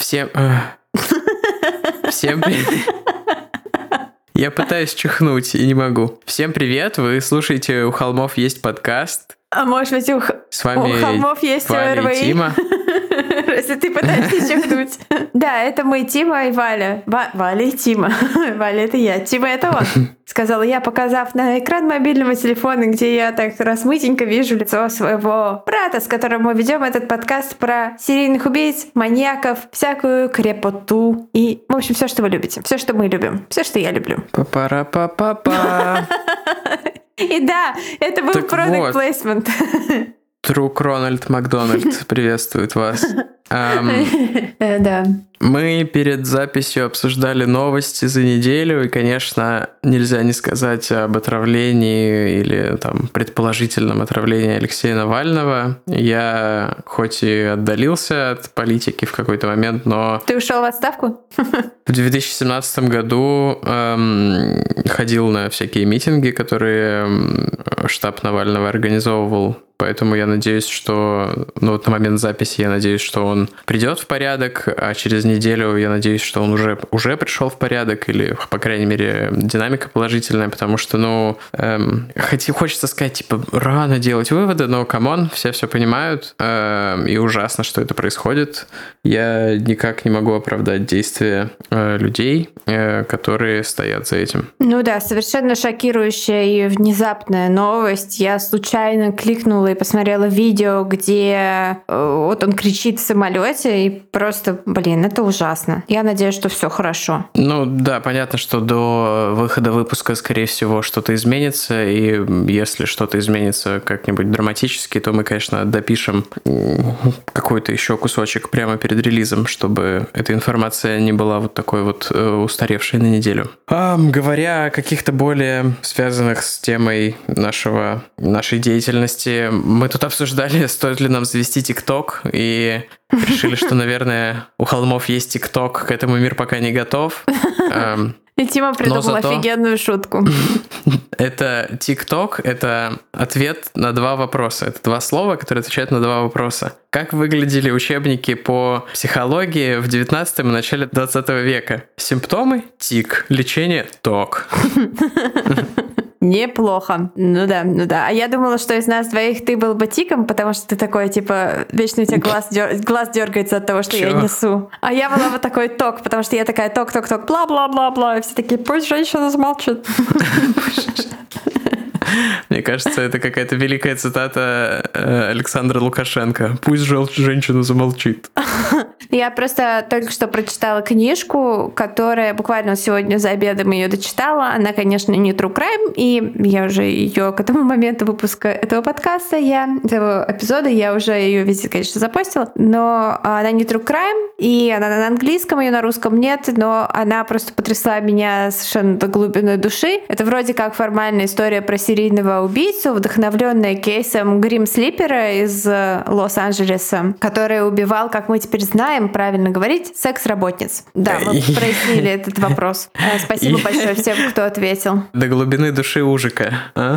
Всем привет. Я пытаюсь чихнуть и не могу. Всем привет, вы слушаете «У холмов есть подкаст». А может быть, у холмов есть Валя и Тима. Если ты пытаешься чихнуть. Да, это мы, Тима и Валя. Валя и Тима. Валя — это я, Тима — это он. Сказала я, показав на экран мобильного телефона, где я так размытенько вижу лицо своего брата, с которым мы ведем этот подкаст про серийных убийц, маньяков, всякую крепоту и, в общем, все, что вы любите. Все, что мы любим. Все, что я люблю. Па-пара-па-па-па. И да, это был product placement. Друг Рональд Макдональд приветствует вас. Да. Мы перед записью обсуждали новости за неделю, и, конечно, нельзя не сказать об отравлении или там предположительном отравлении Алексея Навального. Я хоть и отдалился от политики в какой-то момент, но... Ты ушел в отставку? В 2017 году ходил на всякие митинги, которые штаб Навального организовывал. Поэтому я надеюсь, что... вот на момент записи я надеюсь, что он придет в порядок, а через неделю я надеюсь, что он уже пришел в порядок, или, по крайней мере, динамика положительная, потому что, хочется сказать, типа, рано делать выводы, но, камон, все понимают, и ужасно, что это происходит. Я никак не могу оправдать действия людей, которые стоят за этим. Ну да, совершенно шокирующая и внезапная новость. Я случайно кликнула и посмотрела видео, где вот он кричит в самолете, и просто, это ужасно. Я надеюсь, что все хорошо. Ну да, понятно, что до выхода выпуска, скорее всего, что-то изменится, и если что-то изменится как-нибудь драматически, то мы, конечно, допишем какой-то еще кусочек прямо перед релизом, чтобы эта информация не была вот такой вот устаревшей на неделю. Говоря о каких-то более связанных с темой нашей деятельности, мы тут обсуждали, стоит ли нам завести ТикТок, и решили, что, наверное, у холмов есть ТикТок, к этому мир пока не готов. И Тима придумал офигенную шутку. Это ТикТок, это ответ на два вопроса. Это два слова, которые отвечают на два вопроса. Как выглядели учебники по психологии в 19 и начале 20 века? Симптомы – тик, лечение – ток. Неплохо. Ну да. А я думала, что из нас двоих ты был бы тиком, потому что ты такой, типа, вечно у тебя глаз дергается от того, что я несу. А я была вот такой ток, потому что я такая ток, бла-бла-бла-бла. И все такие, пусть женщина замолчит. Мне кажется, это какая-то великая цитата Александра Лукашенко. Пусть женщина замолчит. Я просто только что прочитала книжку, которая буквально сегодня за обедом ее дочитала. Она, конечно, не true crime, и я уже ее к этому моменту выпуска этого подкаста, этого эпизода, я уже ее везде, конечно, запостила, но она не true crime, и она на английском, ее на русском нет, но она просто потрясла меня совершенно до глубины души. Это вроде как формальная история про серийного убийцу, вдохновленная кейсом Грим Слипера из Лос-Анджелеса, который убивал, как мы теперь знаем, правильно говорить, секс-работниц. Да, мы прояснили этот вопрос. Спасибо большое всем, кто ответил. До глубины души ужика.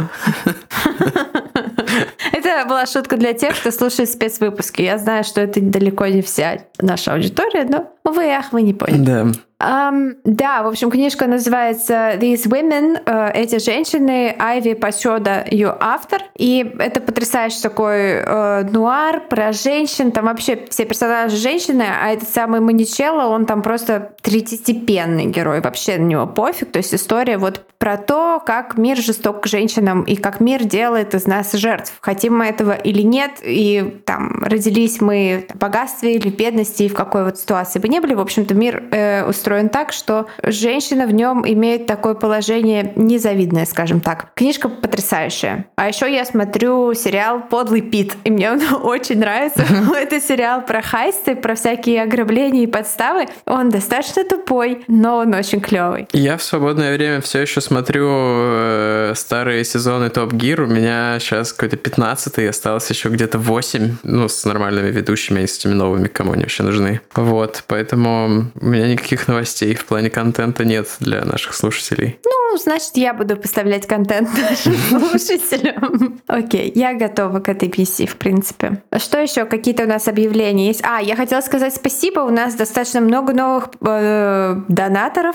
Это была шутка для тех, кто слушает спецвыпуски. Я знаю, что это далеко не вся наша аудитория, но, увы, вы не поняли. Да. Да, в общем, книжка называется «These Women», «Эти женщины», Айви Пачода ее автор. И это потрясающий такой нуар про женщин. Там вообще все персонажи женщины, а этот самый Маничелло, он там просто третьестепенный герой. Вообще на него пофиг. То есть история вот про то, как мир жесток к женщинам и как мир делает из нас жертв. Хотим мы этого или нет. И там родились мы в богатстве или в бедности, и в какой вот ситуации бы не были. В общем-то, мир устроен так, что женщина в нем имеет такое положение незавидное, скажем так. Книжка потрясающая. А еще я смотрю сериал «Подлый Пит», и мне он очень нравится. Это сериал про хайсты, про всякие ограбления и подставы. Он достаточно тупой, но он очень клевый. Я в свободное время все еще смотрю старые сезоны Топ Гир. У меня сейчас какой-то 15-й, осталось еще где-то 8. С нормальными ведущими и с этими новыми, кому они вообще нужны. Вот, поэтому у меня никаких новостей в плане контента нет для наших слушателей. значит, я буду поставлять контент нашим слушателям. Окей, я готова к этой миссии, в принципе. Что еще? Какие-то у нас объявления есть? Я хотела сказать спасибо. У нас достаточно много новых донатов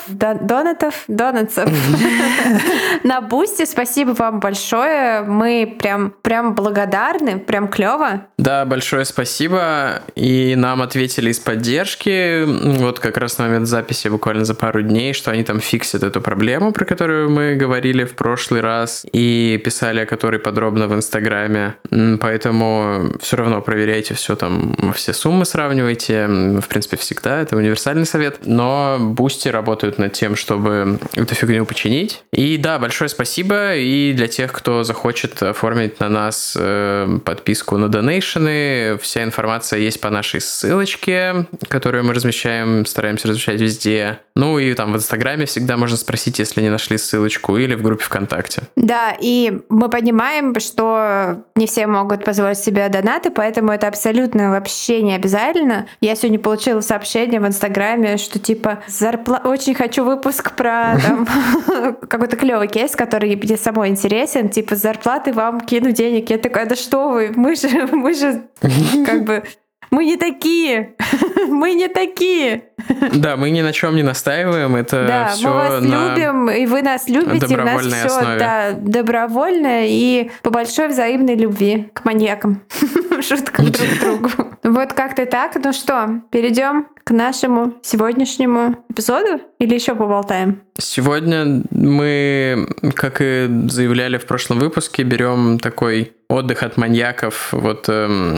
на Бусти. Спасибо вам большое. Мы прям благодарны, прям клево. Да, большое спасибо. И нам ответили из поддержки, вот как раз на момент записи буквально за пару дней, что они там фиксят эту проблему, про которую мы говорили в прошлый раз, и писали о которой подробно в Инстаграме. Поэтому все равно проверяйте все там, все суммы сравнивайте. В принципе, всегда. Это универсальный совет. Но Бусти работают над тем, чтобы эту фигню починить. И да, большое спасибо. И для тех, кто захочет оформить на нас подписку на донейшены, вся информация есть по нашей ссылочке, которую мы размещаем, стараемся размещать везде. Ну и там в Инстаграме всегда можно спросить, если не нашли ссылочку, или в группе ВКонтакте. Да, и мы понимаем, что не все могут позволить себе донаты, поэтому это абсолютно вообще не обязательно. Я сегодня получила сообщение в Инстаграме, что типа очень хочу выпуск про там какой-то клевый кейс, который мне самой интересен, типа с зарплаты вам кину денег. Я такая, да что вы, мы же как бы... Мы не такие! Мы не такие! Да, мы ни на чем не настаиваем. Это все мы вас любим, и вы нас любите. У нас все добровольно и по большой взаимной любви к маньякам. Шуткам друг к другу. Вот как-то так. Ну что, перейдем к нашему сегодняшнему эпизоду или еще поболтаем? Сегодня мы, как и заявляли в прошлом выпуске, берем такой отдых от маньяков, вот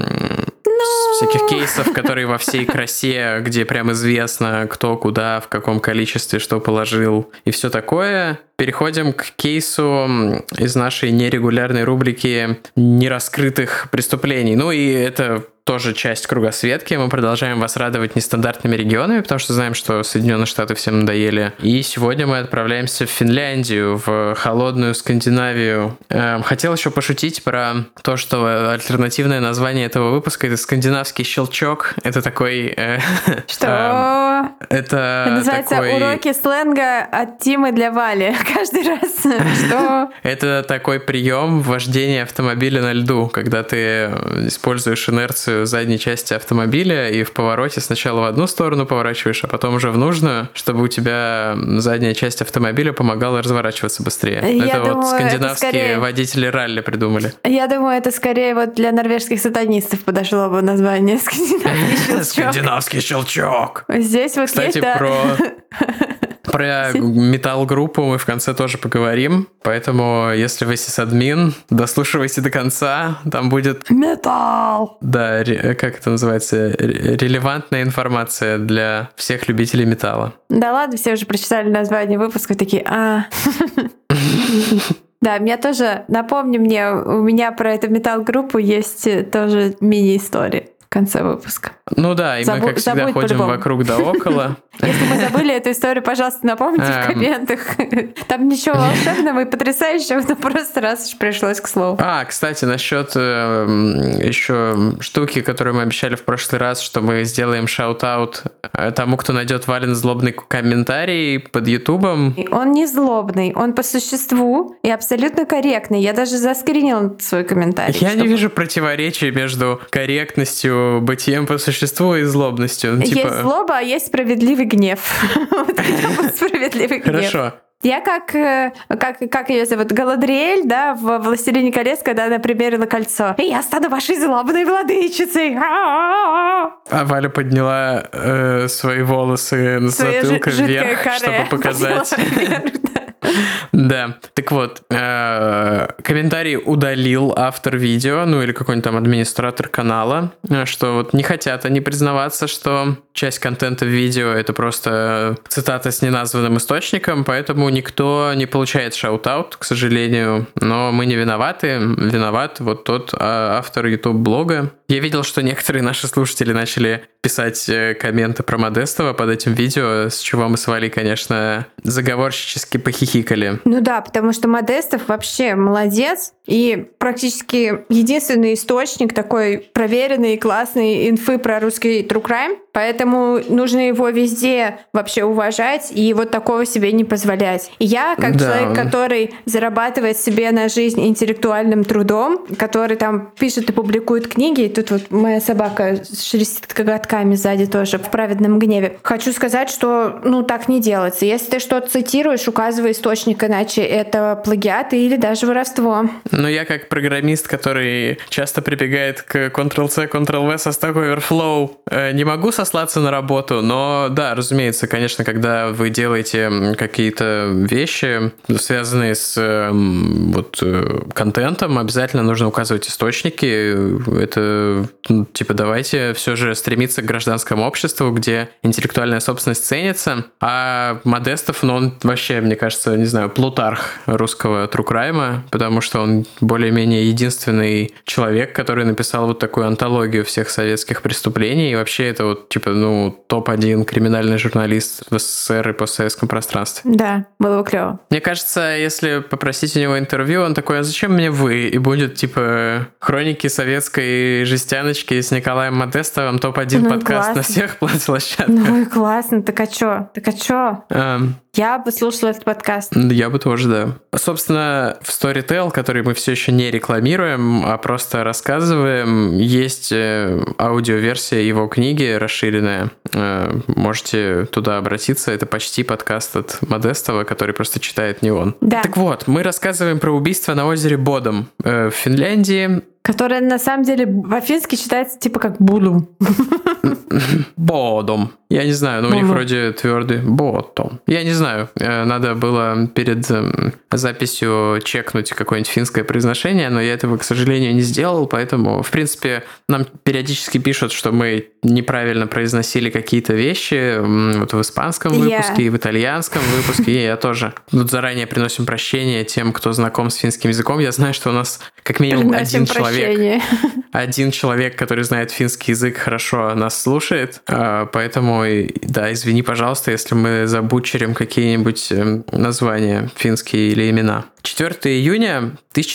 всяких кейсов, которые во всей красе, где прям известно, кто куда, в каком количестве что положил и все такое. Переходим к кейсу из нашей нерегулярной рубрики нераскрытых преступлений. Ну и это тоже часть кругосветки. Мы продолжаем вас радовать нестандартными регионами, потому что знаем, что Соединенные Штаты всем надоели. И сегодня мы отправляемся в Финляндию, в холодную Скандинавию. Хотел еще пошутить про то, что альтернативное название этого выпуска — это «Скандинавский щелчок». Это такой... Что? Это называется такой... «Уроки сленга от Тимы для Вали». Каждый раз. Что? Это такой прием вождения автомобиля на льду, когда ты используешь инерцию задней части автомобиля и в повороте сначала в одну сторону поворачиваешь, а потом уже в нужную, чтобы у тебя задняя часть автомобиля помогала разворачиваться быстрее. Это вот скандинавские водители ралли придумали. Я думаю, это скорее вот для норвежских сатанистов подошло бы название «Скандинавский щелчок». Скандинавский щелчок. Здесь вот кстати, про метал-группу мы в конце тоже поговорим, поэтому если вы сисадмин, дослушивайте до конца, там будет... Металл! Да, как это называется? Релевантная информация для всех любителей металла. Да ладно, все уже прочитали название выпуска, такие, Да, меня тоже, напомни мне, у меня про эту метал-группу есть тоже мини-история в конце выпуска. Ну да, и мы, как всегда, ходим вокруг да около. Если мы забыли эту историю, пожалуйста, напомните в комментах. Там ничего волшебного и потрясающего, но просто раз уж пришлось к слову. Кстати, насчет еще штуки, которую мы обещали в прошлый раз, что мы сделаем шаут-аут тому, кто найдет Вален злобный комментарий под Ютубом. Он не злобный, он по существу и абсолютно корректный. Я даже заскринила свой комментарий. Я не вижу противоречия между корректностью, бытием по существу и злобностью. Есть злоба, а есть справедливый гнев. Справедливый гнев. Хорошо. Я как ее зовут, Галадриэль, да, в «Властелине колец», когда она примерила кольцо. И я стану вашей злобной владычицей. А Валя подняла свои волосы с затылка вверх, чтобы показать. Да, так вот, комментарий удалил автор видео, ну или какой-нибудь там администратор канала, что вот не хотят они признаваться, что часть контента в видео — это просто цитата с неназванным источником, поэтому никто не получает шаут-аут, к сожалению, но мы не виноваты, виноват вот тот автор YouTube-блога. Я видел, что некоторые наши слушатели начали писать комменты про Модестова под этим видео, с чего мы с Валей, конечно, заговорщически похихикали. Ну да, потому что Модестов вообще молодец и практически единственный источник такой проверенный и классный инфы про русский true crime. Поэтому нужно его везде вообще уважать и вот такого себе не позволять. И я, как человек, который зарабатывает себе на жизнь интеллектуальным трудом, который там пишет и публикует книги, и тут вот моя собака шелестит коготками сзади тоже в праведном гневе. Хочу сказать, что так не делается. Если ты что-то цитируешь, указывай источник, иначе это плагиат или даже воровство. Я как программист, который часто прибегает к Ctrl-C, Ctrl-V со Stack Overflow, не могу сослаться на работу, но да, разумеется, конечно, когда вы делаете какие-то вещи, связанные с контентом, обязательно нужно указывать источники. Это, давайте все же стремиться к гражданскому обществу, где интеллектуальная собственность ценится, а Модестов, он вообще, мне кажется, не знаю, Плутарх русского true crime, потому что он более-менее единственный человек, который написал вот такую антологию всех советских преступлений, и вообще это топ-1 криминальный журналист в СССР и постсоветском пространстве. Да, было бы клево. Мне кажется, если попросить у него интервью, он такой: а зачем мне вы? И будет, хроники советской жестяночки с Николаем Модестовым, топ-1 подкаст на всех площадках. Классно, так а чё? Я бы слушала этот подкаст. Я бы тоже, да. Собственно, в Storytel, который мы все еще не рекламируем, а просто рассказываем, есть аудиоверсия его книги расширенная. Можете туда обратиться. Это почти подкаст от Модестова, который просто читает не он. Да. Так вот, мы рассказываем про убийство на озере Бодом в Финляндии. Которое на самом деле по-фински читается как «будум». Бодом. Я не знаю, но у них вроде твердый ботом. Я не знаю, надо было перед записью чекнуть какое-нибудь финское произношение, но я этого, к сожалению, не сделал, поэтому, в принципе, нам периодически пишут, что мы неправильно произносили какие-то вещи в испанском выпуске и в итальянском выпуске, и я тоже. Заранее приносим прощение тем, кто знаком с финским языком. Я знаю, что у нас как минимум один человек, который знает финский язык, хорошо нас слушает, поэтому, да, извини, пожалуйста, если мы забутчерим какие-нибудь названия финские или имена. 4 июня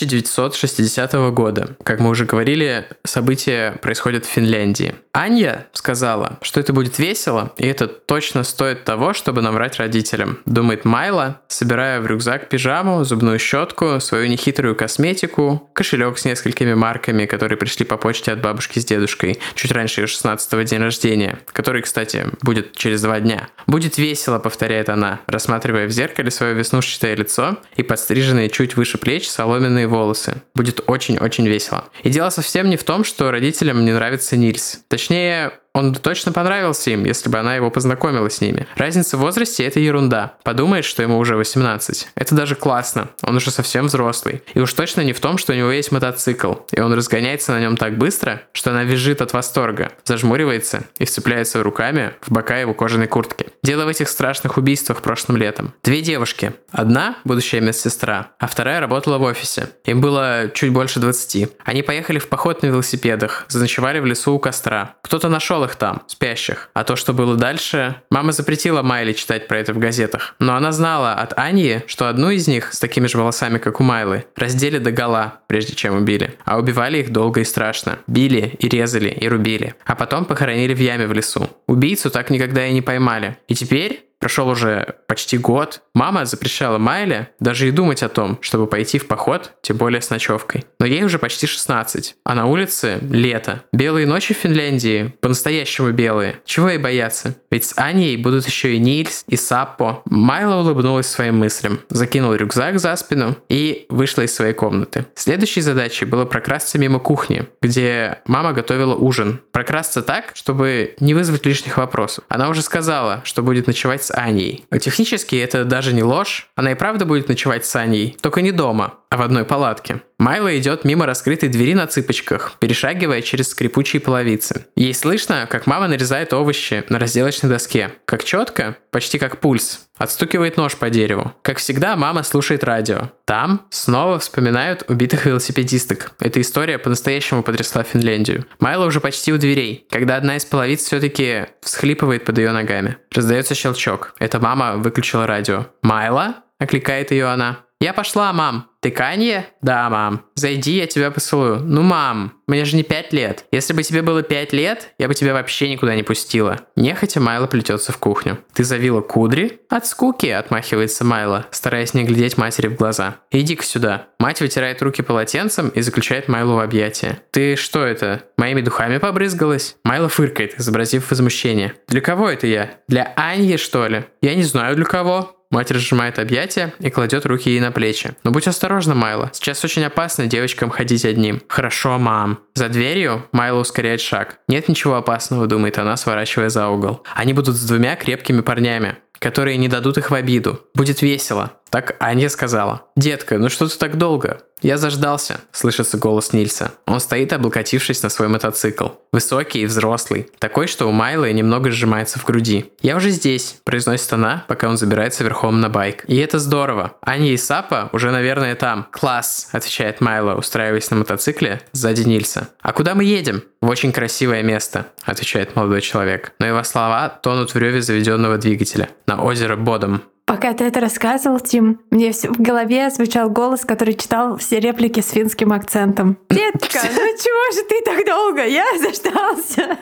1960 года. Как мы уже говорили, события происходят в Финляндии. Аня сказала, что это будет весело, и это точно стоит того, чтобы наврать родителям, думает Майла, собирая в рюкзак пижаму, зубную щетку, свою нехитрую косметику, кошелек с несколькими марками, которые пришли по почте от бабушки с дедушкой чуть раньше ее 16-го дня рождения, который, кстати, будет через 2 дня. «Будет весело», — повторяет она, рассматривая в зеркале свое веснушчатое лицо и подстриженные чуть выше плеч соломенные волосы. Будет очень-очень весело. И дело совсем не в том, что родителям не нравится Нильс. Точнее, он точно понравился им, если бы она его познакомила с ними. Разница в возрасте — это ерунда. Подумает, что ему уже 18. Это даже классно. Он уже совсем взрослый. И уж точно не в том, что у него есть мотоцикл, и он разгоняется на нем так быстро, что она визжит от восторга, зажмуривается и вцепляется руками в бока его кожаной куртки. Дело в этих страшных убийствах прошлым летом. 2 девушки. Одна — будущая медсестра, а вторая работала в офисе. Им было чуть больше 20. Они поехали в поход на велосипедах, заночевали в лесу у костра. Кто-то нашел их там, спящих. А то, что было дальше... Мама запретила Майле читать про это в газетах. Но она знала от Аньи, что одну из них, с такими же волосами, как у Майлы, раздели догола, прежде чем убили. А убивали их долго и страшно. Били и резали и рубили. А потом похоронили в яме в лесу. Убийцу так никогда и не поймали. И теперь... Прошел уже почти год. Мама запрещала Майле даже и думать о том, чтобы пойти в поход, тем более с ночевкой. Но ей уже почти 16, а на улице лето. Белые ночи в Финляндии, по-настоящему белые. Чего ей бояться? Ведь с Аней будут еще и Нильс, и Саппо. Майла улыбнулась своим мыслям, закинула рюкзак за спину и вышла из своей комнаты. Следующей задачей было прокрасться мимо кухни, где мама готовила ужин. Прокрасться так, чтобы не вызвать лишних вопросов. Она уже сказала, что будет ночевать с Аней. Технически это даже не ложь. Она и правда будет ночевать с Аней, только не дома, а в одной палатке. Майла идет мимо раскрытой двери на цыпочках, перешагивая через скрипучие половицы. Ей слышно, как мама нарезает овощи на разделочной доске. Как четко, почти как пульс. Отстукивает нож по дереву. Как всегда, мама слушает радио. Там снова вспоминают убитых велосипедисток. Эта история по-настоящему потрясла Финляндию. Майла уже почти у дверей, когда одна из половиц все-таки всхлипывает под ее ногами. Раздается щелчок. Это мама выключила радио. «Майла?» — окликает ее она. Я пошла, мам. Ты Канье? Да, мам. Зайди, я тебя поцелую. Ну, мам, мне же не 5 лет. Если бы тебе было 5 лет, я бы тебя вообще никуда не пустила. Нехотя Майло плетется в кухню. Ты завила кудри? От скуки, отмахивается Майло, стараясь не глядеть матери в глаза. Иди-ка сюда. Мать вытирает руки полотенцем и заключает Майло в объятия. Ты что это, моими духами побрызгалась? Майло фыркает, изобразив возмущение. Для кого это я? Для Аньи, что ли? Я не знаю, для кого. Мать разжимает объятия и кладет руки ей на плечи. Но будь осторожна, Майло. Сейчас очень опасно девочкам ходить одним. Хорошо, мам. За дверью Майло ускоряет шаг. Нет ничего опасного, думает она, сворачивая за угол. Они будут с 2 крепкими парнями, которые не дадут их в обиду. Будет весело. Так Анья сказала. «Детка, ну что ты так долго?» «Я заждался», — слышится голос Нильса. Он стоит, облокотившись на свой мотоцикл. Высокий и взрослый. Такой, что у Майло немного сжимается в груди. «Я уже здесь», — произносит она, пока он забирается верхом на байк. И это здорово. Аня и Сапа уже, наверное, там. «Класс», — отвечает Майло, устраиваясь на мотоцикле сзади Нильса. «А куда мы едем?» «В очень красивое место», — отвечает молодой человек. Но его слова тонут в реве заведенного двигателя. На озеро Бодом. Пока ты это рассказывал, Тим, мне в голове звучал голос, который читал все реплики с финским акцентом. «Детка, ну чего же ты так долго? Я заждался!»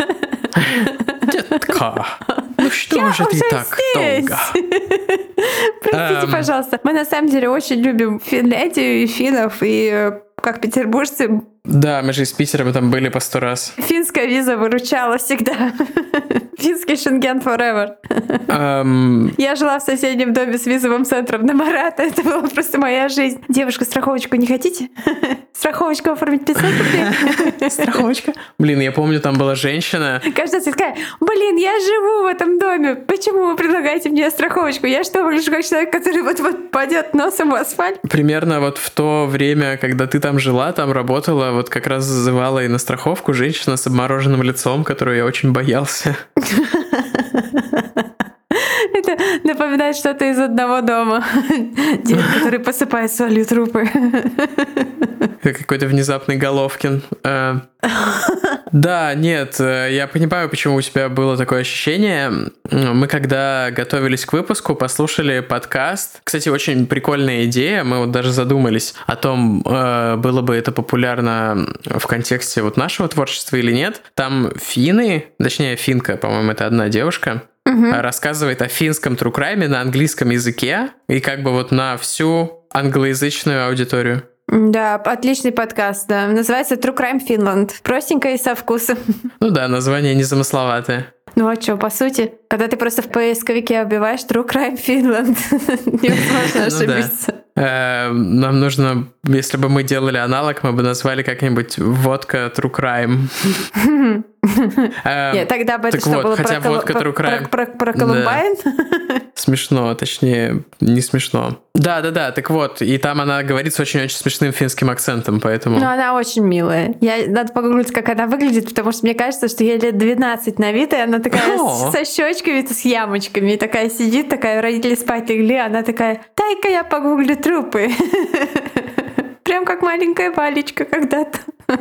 «Детка, ну что же ты так долго?» Простите, пожалуйста. Мы на самом деле очень любим Финляндию и финнов, и как петербуржцы... Да, мы же из Питера, мы там были по 100 раз. Финская виза выручала всегда. Финский Шенген forever. Я жила в соседнем доме с визовым центром на Марата. Это была просто моя жизнь. Девушка, страховочку не хотите? Страховочку оформить 500 рублей? Страховочка? Блин, я помню, там была женщина. Каждый раз я такая: блин, я живу в этом доме. Почему вы предлагаете мне страховочку? Я что, выгляжу как человек, который вот-вот падет носом в асфальт? Примерно вот в то время, когда ты там жила, там работала, вот как раз зазывала и на страховку женщина с обмороженным лицом, которую я очень боялся. Это напоминает что-то из «Одного дома». Дед, который посыпает солью трупы. Это какой-то внезапный Головкин. Да, нет, я понимаю, почему у тебя было такое ощущение. Мы, когда готовились к выпуску, послушали подкаст. Кстати, очень прикольная идея. Мы вот даже задумались о том, было бы это популярно в контексте вот нашего творчества или нет. Там финны, точнее финка, по-моему, это одна девушка, рассказывает о финском true crime на английском языке и как бы вот на всю англоязычную аудиторию. Да, отличный подкаст, да. Называется True Crime Finland. Простенько и со вкусом. Ну да, название незамысловатое. Ну а что, по сути, когда ты просто в поисковике вбиваешь True Crime Finland, невозможно ошибиться. Нам нужно, если бы мы делали аналог, мы бы назвали как-нибудь «Водка True Crime». Нет, тогда бы это что было про Колумбайн? Смешно, точнее, не смешно. Да, так вот, и там она говорит с очень-очень смешным финским акцентом, поэтому... Ну, она очень милая. Надо погуглить, как она выглядит, потому что мне кажется, что ей лет 12 на вид, и она такая со щечками, с ямочками, и такая сидит, такая, родители спать легли, она такая: дай-ка я погуглю трупы. Прям как маленькая Валечка когда-то.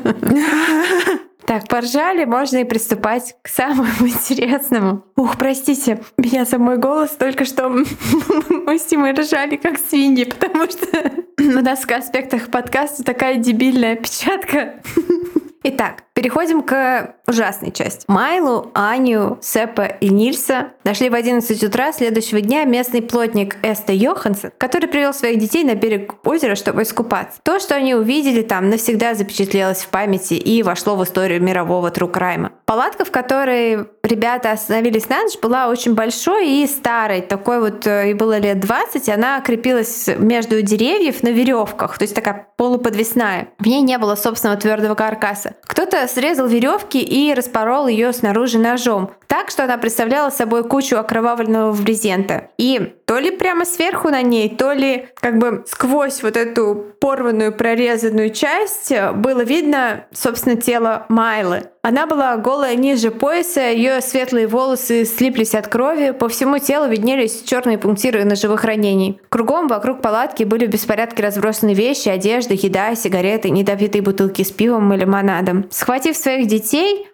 Так, поржали, можно и приступать к самому интересному. Ух, простите меня за мой голос, только что мы с Тимой ржали как свиньи, потому что у нас в конспектах подкаста такая дебильная опечатка. Итак, переходим к ужасной части. Майлу, Аню, Сеппа и Нильса нашли в 11 утра следующего дня местный плотник Эста Йоханссон, который привел своих детей на берег озера, чтобы искупаться. То, что они увидели там, навсегда запечатлелось в памяти и вошло в историю мирового true crime. Палатка, в которой ребята остановились на ночь, была очень большой и старой. Такой вот, ей было лет 20, она крепилась между деревьев на веревках, то есть такая полуподвесная. В ней не было собственного твердого каркаса. Кто-то срезал веревки и распорол ее снаружи ножом, так что она представляла собой кучу окровавленного брезента. И то ли прямо сверху на ней, то ли как бы сквозь вот эту порванную, прорезанную часть было видно, собственно, тело Майлы. Она была голая ниже пояса, ее светлые волосы слиплись от крови, по всему телу виднелись черные пунктиры ножевых ранений. Кругом вокруг палатки были в беспорядке разбросаны вещи, одежда, еда, сигареты, недопитые бутылки с пивом и лимонадом. Схватив своих детей,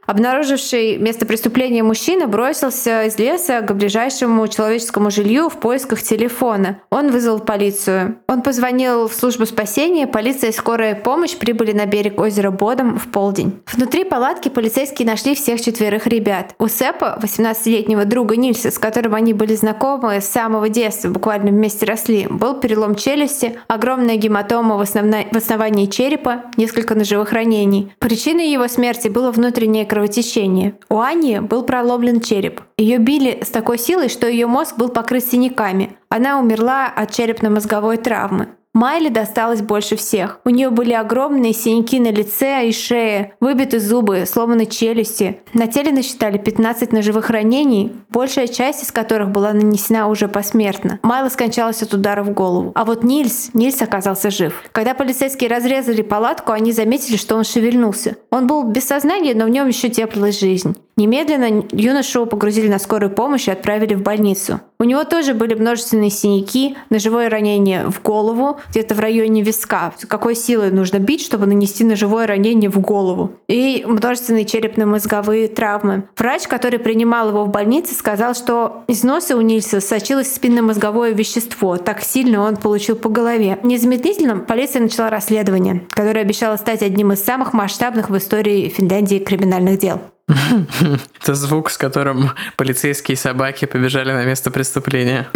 Обнаруживший место преступления мужчина бросился из леса к ближайшему человеческому жилью в поисках телефона. Он вызвал полицию. Он позвонил в службу спасения, полиция и скорая помощь прибыли на берег озера Бодом в полдень. Внутри палатки полицейские нашли всех 4 ребят. У Сэпа, 18-летнего друга Нильса, с которым они были знакомы с самого детства, буквально вместе росли, был перелом челюсти, огромная гематома в основании черепа, несколько ножевых ранений. Причиной его смерти было внутреннее кровотечение. У Ани был проломлен череп. Ее били с такой силой, что ее мозг был покрыт синяками. Она умерла от черепно-мозговой травмы. Майли досталось больше всех. У нее были огромные синяки на лице и шее, выбиты зубы, сломаны челюсти. На теле насчитали 15 ножевых ранений, большая часть из которых была нанесена уже посмертно. Майла скончалась от удара в голову. А вот Нильс оказался жив. Когда полицейские разрезали палатку, они заметили, что он шевельнулся. Он был без сознания, но в нем еще теплилась жизнь. Немедленно юношу погрузили на скорую помощь и отправили в больницу. У него тоже были множественные синяки, ножевое ранение в голову, где-то в районе виска. Какой силой нужно бить, чтобы нанести ножевое ранение в голову? И множественные черепно-мозговые травмы. Врач, который принимал его в больнице, сказал, что из носа у Нильса сочилось спинномозговое вещество. Так сильно он получил по голове. Незамедлительно полиция начала расследование, которое обещало стать одним из самых масштабных в истории Финляндии криминальных дел. Это звук, с которым полицейские собаки побежали на место преступления.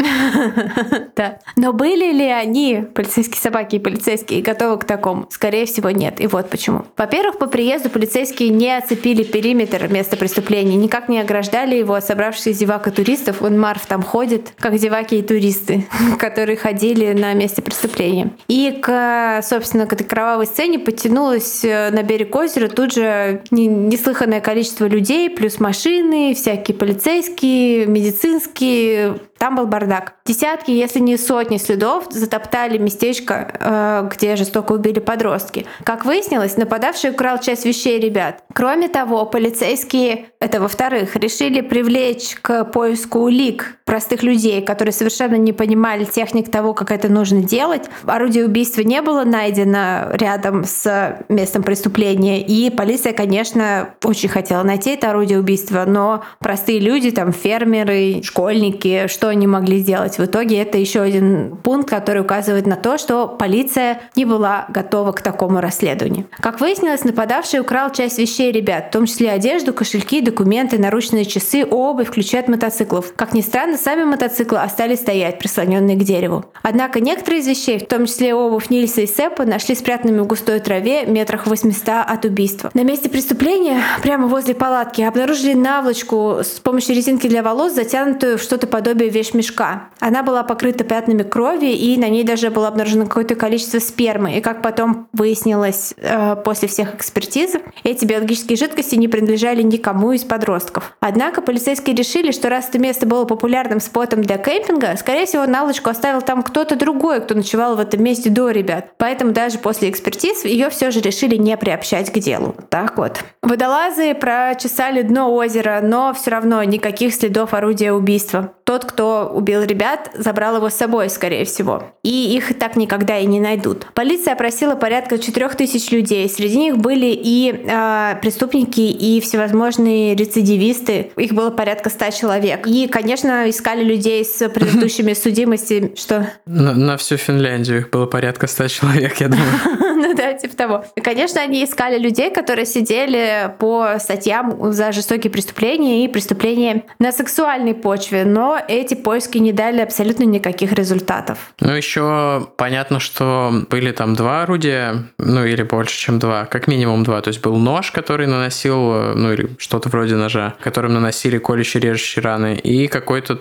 Да. Но были ли они, полицейские собаки и полицейские, готовы к такому? Скорее всего, нет. И вот почему. Во-первых, по приезду полицейские не оцепили периметр места преступления, никак не ограждали его от собравшихся зевак и туристов. Он Марв там ходит, как зеваки и туристы, которые ходили на месте преступления. И, собственно, к этой кровавой сцене подтянулось на берег озера тут же неслыханное количество людей, плюс машины, всякие полицейские, медицинские. Там был бардак. Десятки, если не сотни следов затоптали местечко, где жестоко убили подростки. Как выяснилось, нападавший украл часть вещей ребят. Кроме того, полицейские, это во-вторых, решили привлечь к поиску улик простых людей, которые совершенно не понимали техник того, как это нужно делать. Орудие убийства не было найдено рядом с местом преступления, и полиция, конечно, очень хотела найти это орудие убийства, но простые люди, там фермеры, школьники, что они могли сделать? В итоге это еще один пункт, который указывает на то, что полиция не была готова к такому расследованию. Как выяснилось, нападавший украл часть вещей ребят, в том числе одежду, кошельки, документы, наручные часы, обувь, ключи от мотоциклов. Как ни странно, сами мотоциклы остались стоять, прислоненные к дереву. Однако некоторые из вещей, в том числе обувь Нильса и Сэпа, нашли спрятанными в густой траве метрах 800 от убийства. На месте преступления, прямо возле палатки, обнаружили наволочку с помощью резинки для волос, затянутую в что-то подобие вещмешка. Она была покрыта пятнами крови, и на ней даже было обнаружено какое-то количество спермы. И как потом выяснилось после всех экспертиз, эти биологические жидкости не принадлежали никому из подростков. Однако полицейские решили, что раз это место было популярным спотом для кемпинга, скорее всего, наволочку оставил там кто-то другой, кто ночевал в этом месте до ребят. Поэтому даже после экспертиз ее все же решили не приобщать к делу. Так вот. Водолазы прочесали дно озера, но все равно никаких следов орудия убийства. Тот, кто убил ребят, забрал его с собой, скорее всего. И их так никогда и не найдут. Полиция опросила порядка 4000 людей. Среди них были и преступники, и всевозможные рецидивисты. Их было порядка 100 человек. И, конечно, искали людей с предыдущими судимостями. Что? На всю Финляндию их было порядка 100 человек, я думаю. Ну да, типа того. И, конечно, они искали людей, которые сидели по статьям за жестокие преступления и преступления на сексуальной почве. Но эти поиски не дали абсолютно никаких результатов. Ну, еще понятно, что были там 2 орудия, ну или больше, чем 2, как минимум 2. То есть был нож, который наносил, ну или что-то вроде ножа, которым наносили колющие, режущие раны, и какой-то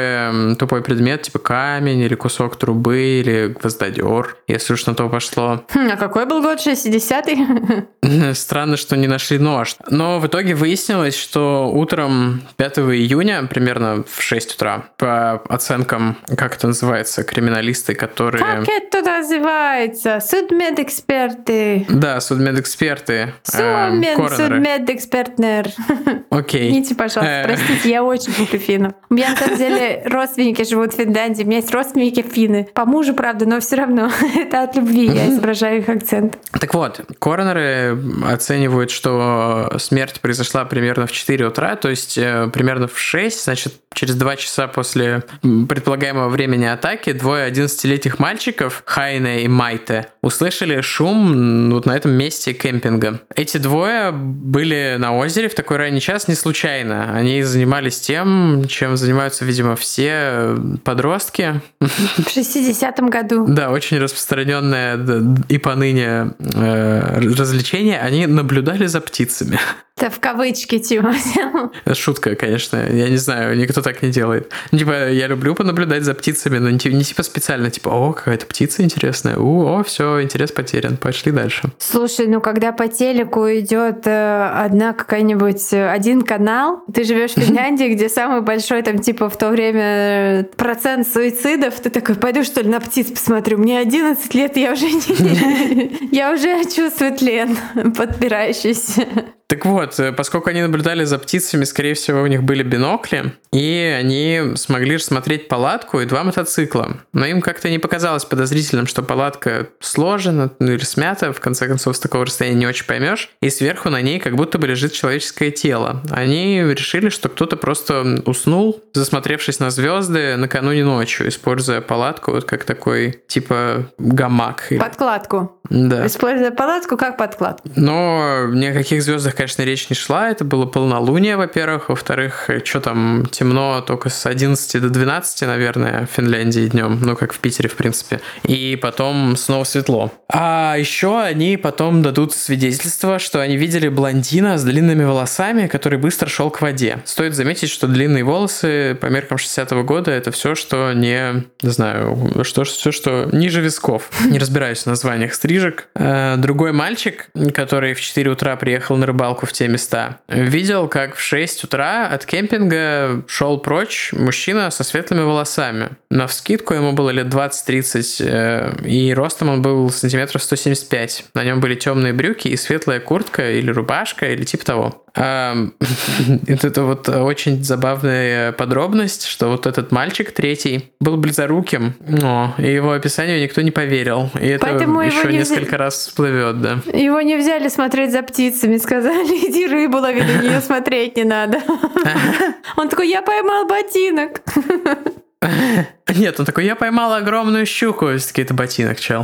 тупой предмет, типа камень или кусок трубы или гвоздодер, если уж на то пошло. А какой был год? 60-й? Странно, что не нашли нож. Но в итоге выяснилось, что утром 5 июня, примерно в 6 утра, по оценкам, как это называется, криминалисты, которые... Как это называется? Судмедэксперты. Да, судмедэксперты. Судмедэкспертнер. Окей. Извините, пожалуйста, простите, я очень люблю финнов. У меня, на самом деле, родственники живут в Финляндии, у меня есть родственники финны. По мужу, правда, но все равно это от любви, я изображаю их акцент. 100%. Так вот, коронеры оценивают, что смерть произошла примерно в 4 утра, то есть примерно в 6, значит, через 2 часа после предполагаемого времени атаки двое 11-летних мальчиков, Хайне и Майте, услышали шум вот на этом месте кемпинга. Эти двое были на озере в такой ранний час не случайно. Они занимались тем, чем занимаются, видимо, все подростки. В 60-м году. Да, очень распространенное и поныне развлечение. Они наблюдали за птицами. Это в кавычки, Тима. Шутка, конечно. Я не знаю, никто так не делает. Типа, я люблю понаблюдать за птицами, но не типа специально, типа, о, какая-то птица интересная, все, интерес потерян, пошли дальше. Слушай, ну когда по телеку идет один канал, ты живешь в Финляндии, где самый большой там типа в то время процент суицидов, ты такой, пойду что ли на птиц посмотрю, мне 11 лет, я уже чувствую тлен подбирающийся. Так вот, поскольку они наблюдали за птицами, скорее всего, у них были бинокли, и они смогли рассмотреть палатку и 2 мотоцикла. Но им как-то не показалось подозрительным, что палатка сложена, ну или смята, в конце концов, с такого расстояния не очень поймешь, и сверху на ней как будто бы лежит человеческое тело. Они решили, что кто-то просто уснул, засмотревшись на звезды накануне ночью, используя палатку вот как такой, типа, гамак. Подкладку. Да. Используя палатку как подкладку. Но ни о каких звездах, конечно, речь не шла. Это было полнолуние, во-первых. Во-вторых, что там, темно только с 11 до 12, наверное, в Финляндии днем. Ну, как в Питере, в принципе. И потом снова светло. А еще они потом дадут свидетельство, что они видели блондина с длинными волосами, который быстро шел к воде. Стоит заметить, что длинные волосы по меркам 60-го года это все, что не знаю, все, что ниже висков. Не разбираюсь в названиях стрижек. Другой мальчик, который в 4 утра приехал на рыбалку в те места, видел, как в 6 утра от кемпинга шел прочь мужчина со светлыми волосами. Навскидку ему было лет 20-30, и ростом он был сантиметров 175. На нем были темные брюки и светлая куртка или рубашка, или типа того. Это вот очень забавная подробность, что вот этот мальчик третий был близоруким, но его описанию никто не поверил. И это поэтому еще несколько раз всплывет, да. Его не взяли смотреть за птицами, сказали, иди рыбу лови, на нее смотреть не надо. Он такой, я поймал ботинок. Нет, он такой, я поймал огромную щуку. Все-таки это ботинок, чел.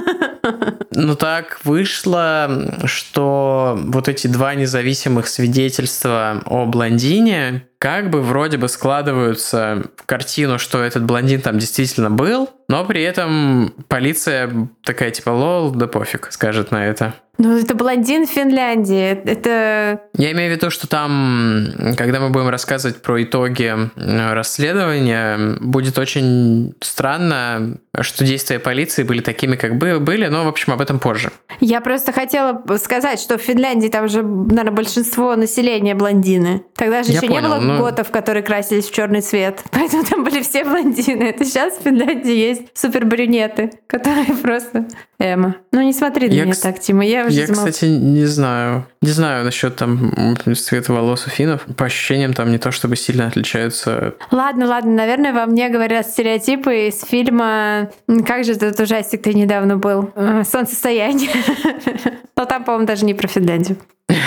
Ну так вышло, что вот эти 2 независимых свидетельства о блондине как бы вроде бы складываются в картину, что этот блондин там действительно был, но при этом полиция такая типа лол, да пофиг, скажет на это. Ну, это блондин в Финляндии. Это... Я имею в виду, что там, когда мы будем рассказывать про итоги расследования, будет очень странно, что действия полиции были такими, как были, но, в общем, об этом позже. Я просто хотела сказать, что в Финляндии там же, наверное, большинство населения блондины. Тогда же еще не было готов, которые красились в черный цвет. Поэтому там были все блондины. Это сейчас в Финляндии есть супербрюнеты, которые просто эмо. Ну, не смотри на меня так, Тима. Я, кстати, не знаю. Не знаю насчет там цвета волос у финнов. По ощущениям, там не то чтобы сильно отличаются. Ладно. Наверное, во мне говорят стереотипы из фильма... Как же этот ужастик-то недавно был? «Солнцестояние». Но там, по-моему, даже не про Финляндию.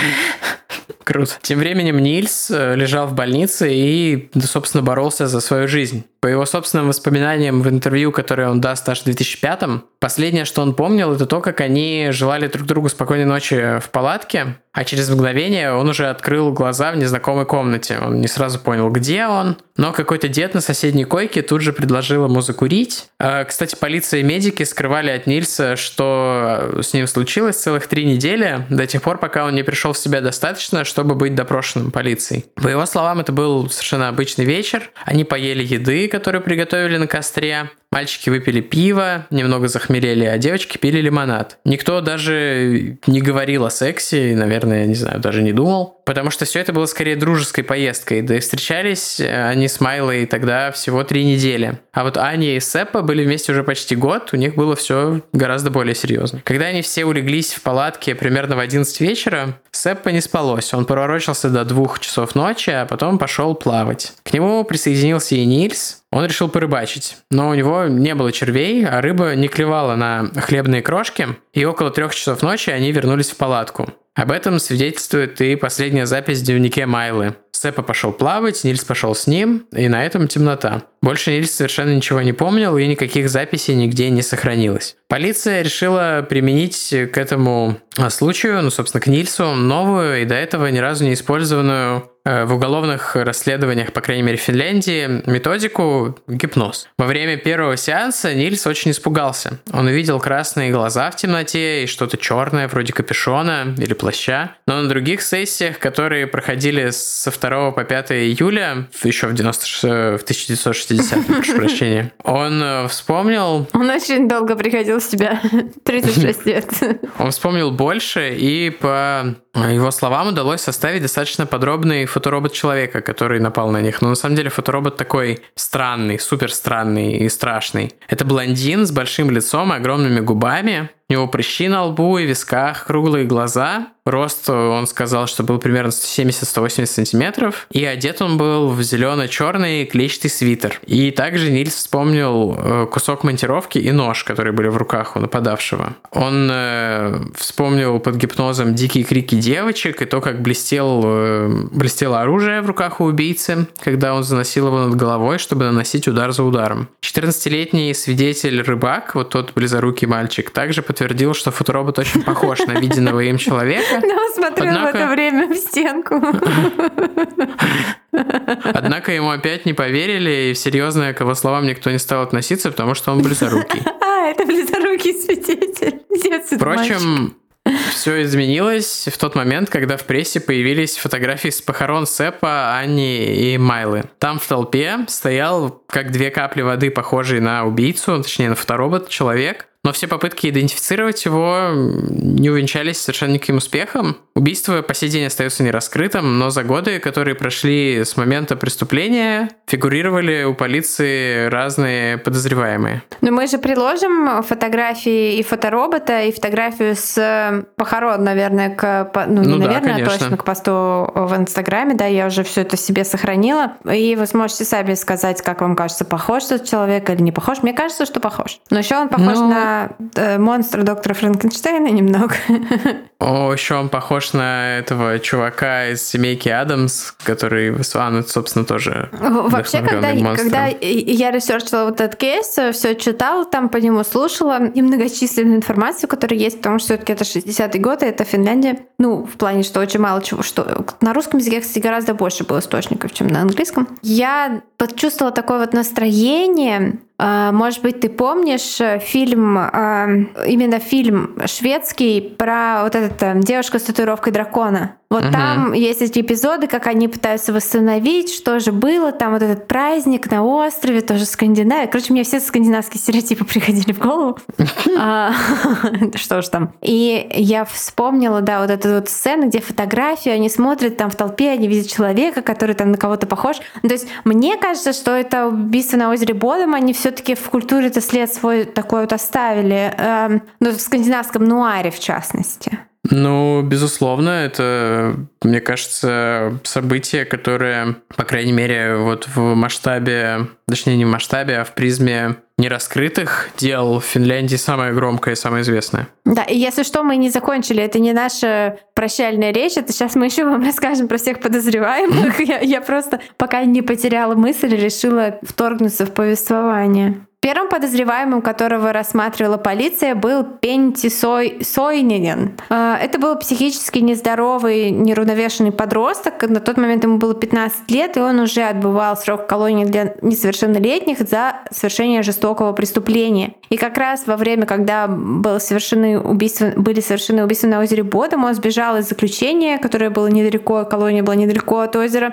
Круто. Тем временем Нильс лежал в больнице и, собственно, боролся за свою жизнь. По его собственным воспоминаниям в интервью, которое он даст аж в 2005-м, последнее, что он помнил, это то, как они желали друг другу спокойной ночи в палатке, а через мгновение он уже открыл глаза в незнакомой комнате. Он не сразу понял, где он, но какой-то дед на соседней койке тут же предложил ему закурить. Кстати, полиция и медики скрывали от Нильса, что с ним случилось целых 3 недели, до тех пор, пока он не пришел в себя достаточно, чтобы быть допрошенным полицией. По его словам, это был совершенно обычный вечер. Они поели еды, которую приготовили на костре. Мальчики выпили пиво, немного захмелели, а девочки пили лимонад. Никто даже не говорил о сексе, и, наверное, не знаю, даже не думал, потому что все это было скорее дружеской поездкой, да и встречались они с Майлой тогда всего 3 недели. А вот Аня и Сеппа были вместе уже почти год, у них было все гораздо более серьезно. Когда они все улеглись в палатке примерно в 11 вечера, Сеппа не спалось, он проворочился до 2 часов ночи, а потом пошел плавать. К нему присоединился и Нильс. Он решил порыбачить, но у него не было червей, а рыба не клевала на хлебные крошки, и около 3 часов ночи они вернулись в палатку. Об этом свидетельствует и последняя запись в дневнике Майлы. Сеппа пошел плавать, Нильс пошел с ним, и на этом темнота. Больше Нильс совершенно ничего не помнил, и никаких записей нигде не сохранилось. Полиция решила применить к этому случаю, собственно, к Нильсу, новую и до этого ни разу не использованную в уголовных расследованиях, по крайней мере, в Финляндии, методику гипноз. Во время первого сеанса Нильс очень испугался. Он увидел красные глаза в темноте и что-то черное, вроде капюшона или плаща. Но на других сессиях, которые проходили со 2 по 5 июля, еще в 1960, прошу прощения, он вспомнил... Он очень долго приходил в себя, 36 лет. Он вспомнил больше, и по его словам удалось составить достаточно подробный фоторобот человека, который напал на них. Но на самом деле фоторобот такой странный, супер странный и страшный. Это блондин с большим лицом и огромными губами. У него прыщи на лбу и висках, круглые глаза. Рост, он сказал, что был примерно 170-180 сантиметров. И одет он был в зелено-черный клетчатый свитер. И также Нильс вспомнил кусок монтировки и нож, которые были в руках у нападавшего. Он вспомнил под гипнозом дикие крики девочек и то, как блестело оружие в руках у убийцы, когда он заносил его над головой, чтобы наносить удар за ударом. 14-летний свидетель-рыбак, вот тот близорукий мальчик, также подтвердил, что фоторобот очень похож на виденного им человека. Но он смотрел в это время в стенку. Однако ему опять не поверили, и серьезно к его словам никто не стал относиться, потому что он близорукий. Это близорукий свидетель. Впрочем, все изменилось в тот момент, когда в прессе появились фотографии с похорон Сеппа, Анни и Майлы. Там в толпе стоял, как 2 капли воды, похожий на убийцу, точнее на фоторобот, человек. Но все попытки идентифицировать его не увенчались совершенно никаким успехом. Убийство по сей день остается нераскрытым, но за годы, которые прошли с момента преступления, фигурировали у полиции разные подозреваемые. Но мы же приложим фотографии и фоторобота, и фотографию с похорон, наверное, точно к посту в Инстаграме, да, я уже все это себе сохранила, и вы сможете сами сказать, как вам кажется, похож этот человек или не похож. Мне кажется, что похож. Но еще он похож на монстра доктора Франкенштейна немного. Еще он похож на этого чувака из семейки Адамс, который, собственно, тоже вообще, когда я ресерчила вот этот кейс, все читала, там по нему слушала, и многочисленную информацию, которая есть, потому что все-таки это 60-е годы, это Финляндия. В плане, что очень мало чего, что на русском языке, кстати, гораздо больше было источников, чем на английском. Я почувствовала такое вот настроение. Может быть, ты помнишь фильм, именно фильм шведский про вот эту девушку с татуировкой дракона? Вот там есть эти эпизоды, как они пытаются восстановить, что же было, там вот этот праздник на острове, тоже Скандинавия. Короче, мне все скандинавские стереотипы приходили в голову. Что ж там. И я вспомнила, да, вот эту вот сцену, где фотографии, они смотрят там в толпе, они видят человека, который там на кого-то похож. То есть мне кажется, что это убийство на озере Бодом, они все-таки в культуре это след свой такой вот оставили, в скандинавском нуаре в частности. Безусловно, это, мне кажется, событие, которое, по крайней мере, вот в масштабе, точнее не в масштабе, а в призме нераскрытых дел в Финляндии самое громкое и самое известное. Да, и если что, мы не закончили, это не наша прощальная речь, это сейчас мы еще вам расскажем про всех подозреваемых. Я просто, пока не потеряла мысль, решила вторгнуться в повествование. Первым подозреваемым, которого рассматривала полиция, был Пенти Сойнинен. Это был психически нездоровый, неравновешенный подросток. На тот момент ему было 15 лет, и он уже отбывал срок в колонии для несовершеннолетних за совершение жестокого преступления. И как раз во время, когда были совершены убийства на озере Бодом, он сбежал из заключения, которое было недалеко, колония была недалеко от озера.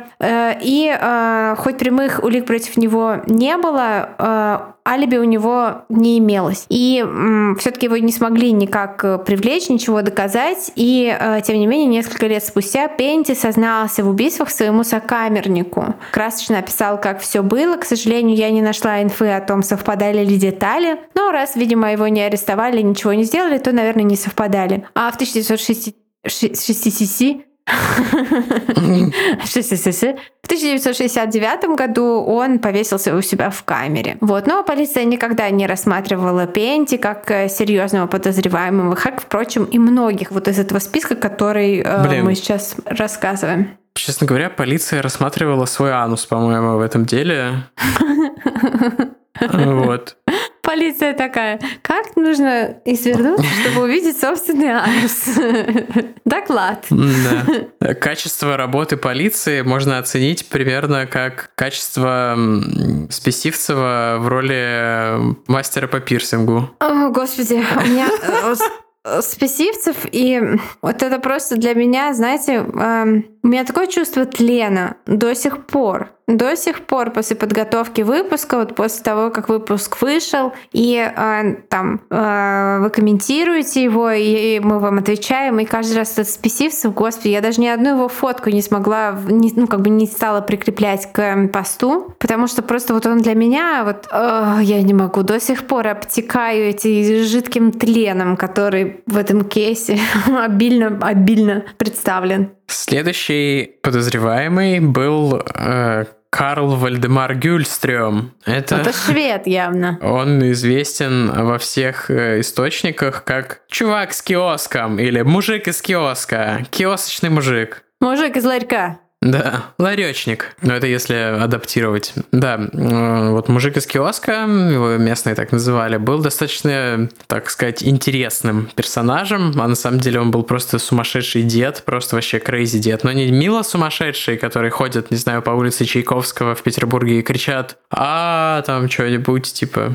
И хоть прямых улик против него не было, алиби у него не имелось. И все-таки его не смогли никак привлечь, ничего доказать. И, тем не менее, несколько лет спустя Пенти сознался в убийствах своему сокамернику. Красочно описал, как все было. К сожалению, я не нашла инфы о том, совпадали ли детали. Но раз, видимо, его не арестовали, ничего не сделали, то, наверное, не совпадали. А в 1960 в 1969 году он повесился у себя в камере. Вот. Но полиция никогда не рассматривала Пенти как серьезного подозреваемого, как, впрочем, и многих вот из этого списка, который мы сейчас рассказываем. Честно говоря, полиция рассматривала свой анус, по-моему, в этом деле. Вот. Полиция такая, как нужно извернуться, чтобы увидеть собственный анус? Доклад. Да. Качество работы полиции можно оценить примерно как качество Списивцева в роли мастера по пирсингу. О, Господи, у меня Списивцев, и вот это просто для меня, знаете, у меня такое чувство тлена до сих пор. До сих пор после подготовки выпуска, вот после того, как выпуск вышел, и там вы комментируете его, и мы вам отвечаем, и каждый раз этот Списивцев, господи, я даже ни одну его фотку не смогла, не стала прикреплять к посту, потому что просто вот он для меня, вот я не могу, до сих пор обтекаю этим жидким тленом, который в этом кейсе обильно представлен. Следующий подозреваемый был Карл Вальдемар Гюльстрём. Это швед явно. Он известен во всех источниках как чувак с киоском или мужик из киоска, киосочный мужик. Мужик из ларька. Да, ларечник. Но это если адаптировать. Да, вот мужик из киоска, его местные так называли, был достаточно, так сказать, интересным персонажем. А на самом деле он был просто сумасшедший дед, просто вообще crazy дед. Но не мило сумасшедшие, которые ходят, не знаю, по улице Чайковского в Петербурге и кричат там что-нибудь, типа...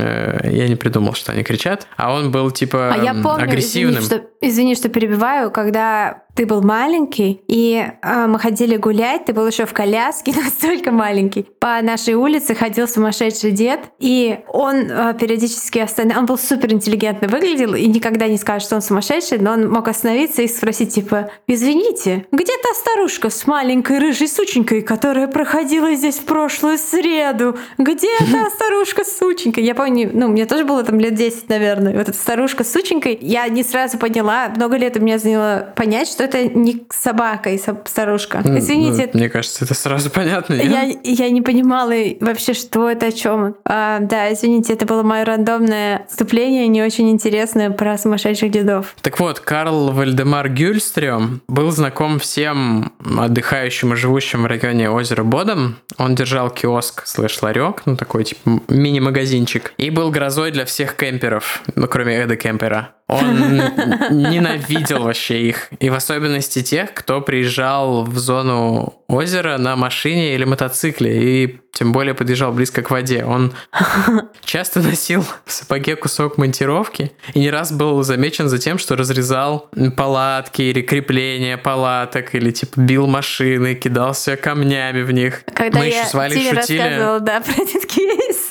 я не придумал, что они кричат. А он был, типа, я помню, агрессивным. Извини, что перебиваю, когда ты был маленький, и мы ходили гулять, ты был еще в коляске, настолько маленький. По нашей улице ходил сумасшедший дед, и он периодически останавливался. Он был суперинтеллигентно выглядел, и никогда не скажет, что он сумасшедший, но он мог остановиться и спросить, типа, извините, где та старушка с маленькой рыжей сученькой, которая проходила здесь в прошлую среду? Где та старушка с сученькой? Я помню, мне тоже было там лет 10, наверное. Вот эта старушка с сученькой, я не сразу поняла, много лет у меня заняло понять, что это не собака и старушка. Извините. Мне кажется, это сразу понятно. Я не понимала вообще, что это, о чем. Да, извините, это было мое рандомное вступление, не очень интересное про сумасшедших дедов. Так вот, Карл Вальдемар Гюльстрём был знаком всем отдыхающим и живущим в районе озера Бодом. Он держал киоск /ларек, такой типа мини-магазинчик, и был грозой для всех кемперов, кроме Эда Кемпера. Он ненавидел вообще их. И в особенности тех, кто приезжал в зону озера на машине или мотоцикле, и тем более подъезжал близко к воде. Он часто носил в сапоге кусок монтировки и не раз был замечен за тем, что разрезал палатки или крепления палаток, или типа бил машины, кидался камнями в них. Когда мы еще с Валей шутили, рассказывала, про этот кейс.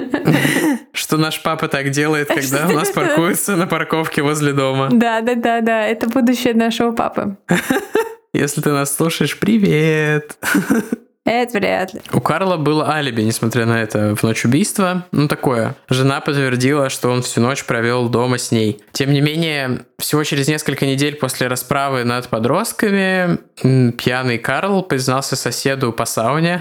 Что наш папа так делает, когда у нас паркуется на парковке возле дома. Да, это будущее нашего папы. Если ты нас слушаешь, привет! Это вряд ли. У Карла было алиби, несмотря на это, в ночь убийства. Такое. Жена подтвердила, что он всю ночь провел дома с ней. Тем не менее, всего через несколько недель после расправы над подростками пьяный Карл признался соседу по сауне.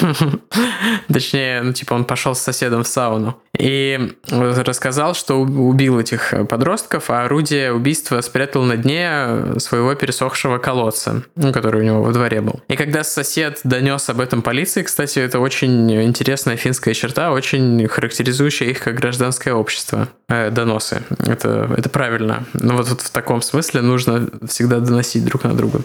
Точнее, он пошел с соседом в сауну. И рассказал, что убил этих подростков, а орудие убийства спрятал на дне своего пересохшего колодца, который у него во дворе был. И когда сосед донес об этом полиции, кстати, это очень интересная финская черта, очень характеризующая их как гражданское общество. Доносы. Это правильно. Но вот в таком смысле нужно всегда доносить друг на друга.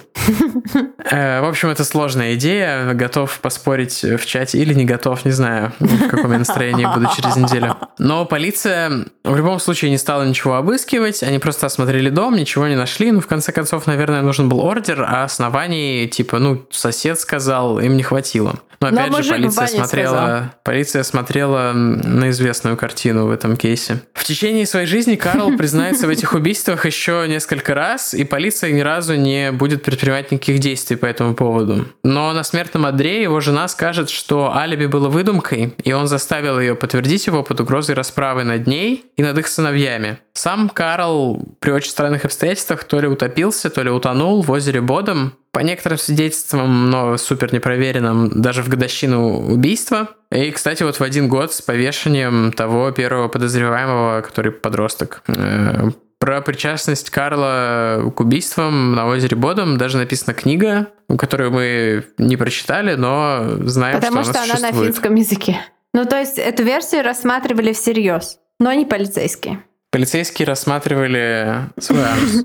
В общем, это сложная идея. Готов поспорить в чате или не готов, не знаю, в каком я настроении буду через неделю. Но полиция в любом случае не стала ничего обыскивать. Они просто осмотрели дом, ничего не нашли. В конце концов, наверное, нужен был ордер, а оснований, сосед сказал, им не хватило. Но опять же, полиция смотрела на известную картину в этом кейсе. В течение своей жизни Карл признается в этих убийствах еще несколько раз, и полиция ни разу не будет предпринимать никаких действий по этому поводу. Но на смертном одре его жена скажет, что алиби было выдумкой, и он заставил ее подтвердить его под угрозой расправы над ней и над их сыновьями. Сам Карл при очень странных обстоятельствах то ли утопился, то ли утонул в озере Бодом. по некоторым свидетельствам, но супер непроверенным, даже в годовщину убийства. И, кстати, вот в один год с повешением того первого подозреваемого, который подросток. Про причастность Карла к убийствам на озере Бодом даже написана книга, которую мы не прочитали, но знаем, потому что она существует. На финском языке. Ну, то есть эту версию рассматривали всерьез, но не полицейские. Полицейские рассматривали свой анус.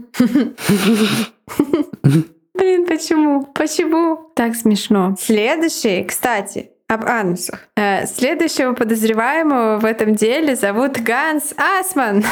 Блин, почему? Почему? Так смешно. Следующий, кстати, об анусах. Следующего подозреваемого в этом деле зовут Ганс Асман.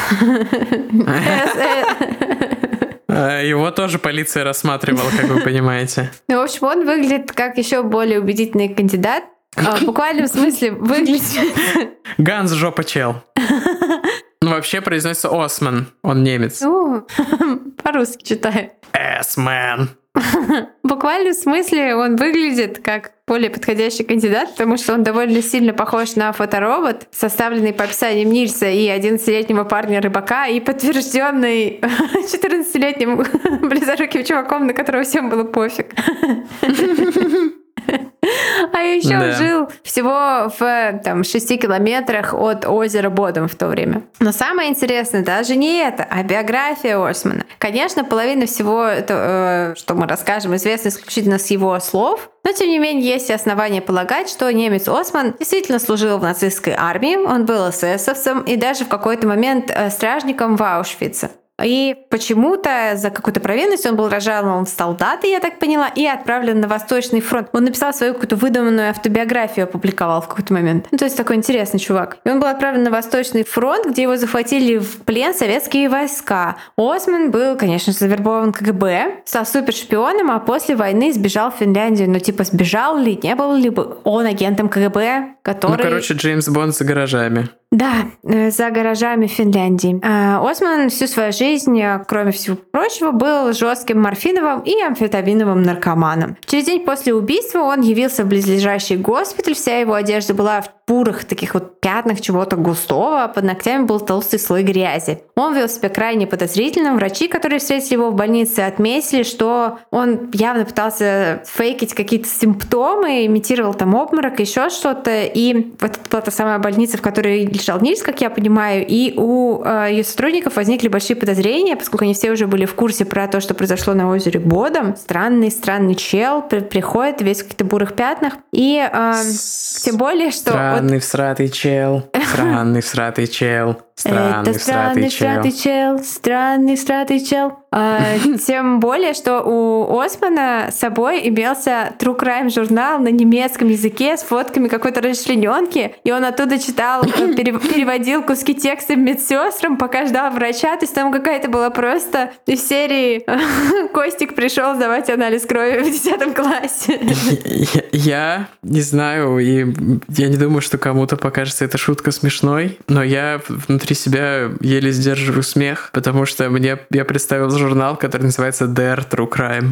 Его тоже полиция рассматривала, как вы понимаете. Ну, в общем, он выглядит как еще более убедительный кандидат. В буквальном смысле выглядит... Ганс жопа чел. Ну, вообще произносится Осман. Он немец. По-русски читаю. Эсмен. В буквальном смысле он выглядит как более подходящий кандидат, потому что он довольно сильно похож на фоторобот, составленный по описаниям Нильса и 11-летнего парня-рыбака, и подтвержденный 14-летним близоруким чуваком, на которого всем было пофиг. А еще он жил всего в 6 километрах от озера Бодом в то время. Но самое интересное даже не это, а биография Османа. Конечно, половина всего, что мы расскажем, известна исключительно с его слов, но тем не менее есть основания полагать, что немец Осман действительно служил в нацистской армии, он был эсэсовцем и даже в какой-то момент стражником в Аушвице. И почему-то за какую-то провинность он был разжалован в солдаты, я так поняла, и отправлен на Восточный фронт. Он написал свою какую-то выдуманную автобиографию, опубликовал в какой-то момент. Ну, то есть такой интересный чувак. И он был отправлен на Восточный фронт, где его захватили в плен советские войска. Осман был, конечно, завербован КГБ, стал супершпионом, а после войны сбежал в Финляндию. Но типа сбежал ли, не был ли он агентом КГБ, который... Ну, короче, Джеймс Бонд за гаражами. Да, за гаражами Финляндии. Осман всю свою жизнь, кроме всего прочего, был жестким морфиновым и амфетаминовым наркоманом. Через день после убийства он явился в близлежащий госпиталь. Вся его одежда была в бурых таких вот пятнах чего-то густого, а под ногтями был толстый слой грязи. Он вел себя крайне подозрительным. Врачи, которые встретили его в больнице, отметили, что он явно пытался фейкить какие-то симптомы, имитировал там обморок, еще что-то. И вот это была та самая больница, в которой лежал Нильс, как я понимаю, и у ее сотрудников возникли большие подозрения, поскольку они все уже были в курсе про то, что произошло на озере Бодом. Странный чел приходит весь в каких-то бурых пятнах. И тем более, что... Странный всратый чел. Странный всратый чел. Это странный всратый чел. Тем более, что у Османа с собой имелся True Crime журнал на немецком языке с фотками какой-то расчлененки, и он оттуда читал, переводил куски текста медсестрам, пока ждал врача. То есть там какая-то была просто из серии «Костик пришел сдавать анализ крови в 10 классе». Я не знаю, и я не думаю, что кому-то покажется эта шутка смешной, но я внутри себя еле сдерживаю смех, потому что я представил журнал, который называется Dare True Crime.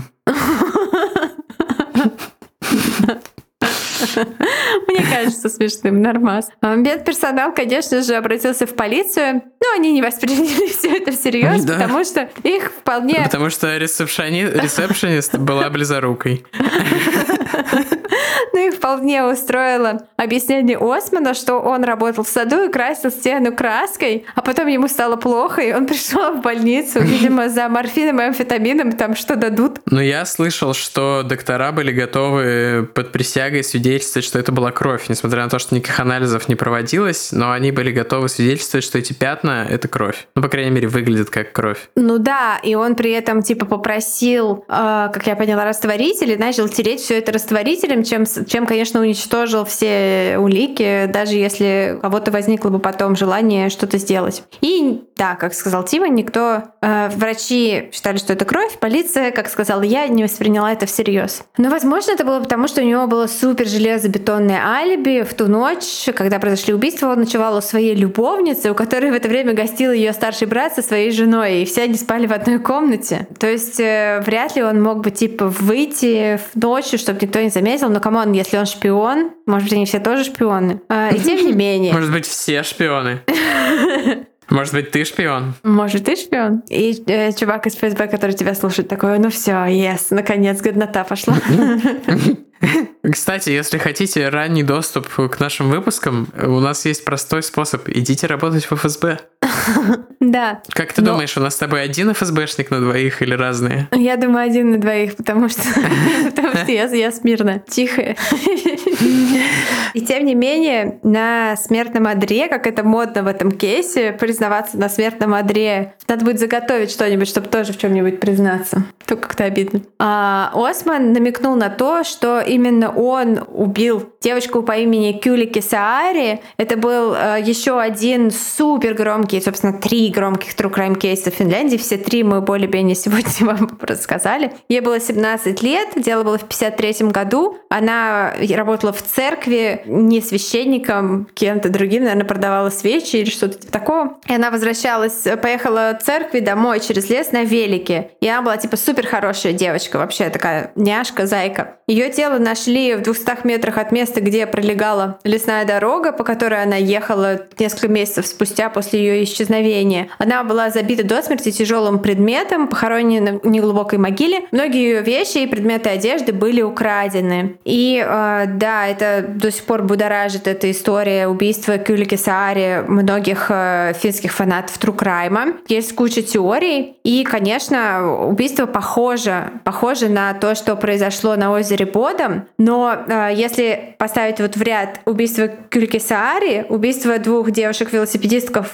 Мне кажется смешным, нормас. Медперсонал, конечно же, обратился в полицию, но они не восприняли все это всерьез, да. Потому что их вполне... Потому что ресепшенист была близорукой. Ну, их вполне устроило объяснение Османа, что он работал в саду и красил стену краской, а потом ему стало плохо, и он пришел в больницу, видимо, за морфином и амфетамином, там что дадут. Но я слышал, что доктора были готовы под присягой свидетельствовать, что это была кровь, несмотря на то, что никаких анализов не проводилось, но они были готовы свидетельствовать, что эти пятна — это кровь. Ну, по крайней мере, выглядит как кровь. Ну да, и он при этом типа попросил, как я поняла, растворитель, и начал тереть все это растворителем, чем, конечно, уничтожил все улики, даже если у кого-то возникло бы потом желание что-то сделать. И да, как сказал Тима, врачи считали, что это кровь, полиция, как сказала я, не восприняла это всерьез. Но, возможно, это было потому, что у него было супер железобетонное алиби. В ту ночь, когда произошли убийства, он ночевал у своей любовницы, у которой в это время гостил ее старший брат со своей женой, и все они спали в одной комнате. То есть вряд ли он мог бы типа выйти ночью, чтобы никто не заметил. Но камон, если он шпион, может быть, они все тоже шпионы. И тем не менее. Может быть, все шпионы. Может быть, ты шпион? Может, ты шпион? И чувак из ФСБ, который тебя слушает, такой, ну все, наконец, годнота пошла. Кстати, если хотите ранний доступ к нашим выпускам, у нас есть простой способ. Идите работать в ФСБ. Да. Как ты думаешь, у нас с тобой один ФСБшник на двоих или разные? Я думаю, один на двоих, потому что я смирно, тихая. И тем не менее, на смертном одре, как это модно в этом кейсе, признаваться на смертном одре, надо будет заготовить что-нибудь, чтобы тоже в чем-нибудь признаться. Только как-то обидно. Осман намекнул на то, что именно он убил девочку по имени Кюлики Саари. Это был еще один супер громкий, собственно, 3 громких true crime кейса в Финляндии. Все 3 мы более-менее сегодня вам рассказали. Ей было 17 лет, дело было в 1953 году. Она работала в церкви не священником, кем-то другим, наверное, продавала свечи или что-то типа такого. И она поехала в церкви домой через лес на велике. И она была типа супер хорошая девочка, вообще такая няшка, зайка. Ее тело нашли в 200 метрах от места, где пролегала лесная дорога, по которой она ехала несколько месяцев спустя после ее исчезновения. Она была забита до смерти тяжелым предметом, похоронена в неглубокой могиле. Многие ее вещи и предметы одежды были украдены. И да, это до сих пор будоражит эта история убийства Кюлики Саари многих финских фанатов true crime. Есть куча теорий. И, конечно, убийство похоже на то, что произошло на озере Бодом. Но если поставить вот в ряд убийство Кюлики Саари, убийство 2 девушек-велосипедисток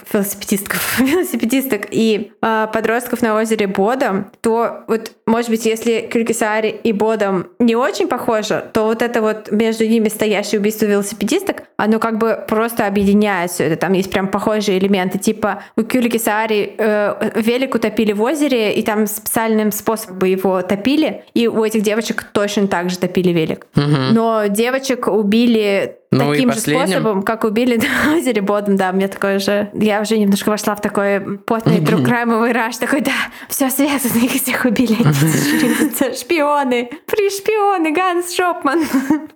и подростков на озере Бодом, то вот, может быть, если Кюлики Саари и Бодом не очень похоже, то вот это вот между ними стоящее убийство велосипедисток, оно как бы просто объединяет все это. Там есть прям похожие элементы. Типа у Кюлики Саари велик утопили в озере, и там специальным способом его топили, и у этих девочек точно так же топили велик. Но девочек убили таким же способом, как убили на озере Бодом. Да, у меня такое же... Я уже немножко вошла в такой потный true crime-овый раш. Такой, да, все связано, их всех убили. Шпионы, Ганс Шопман.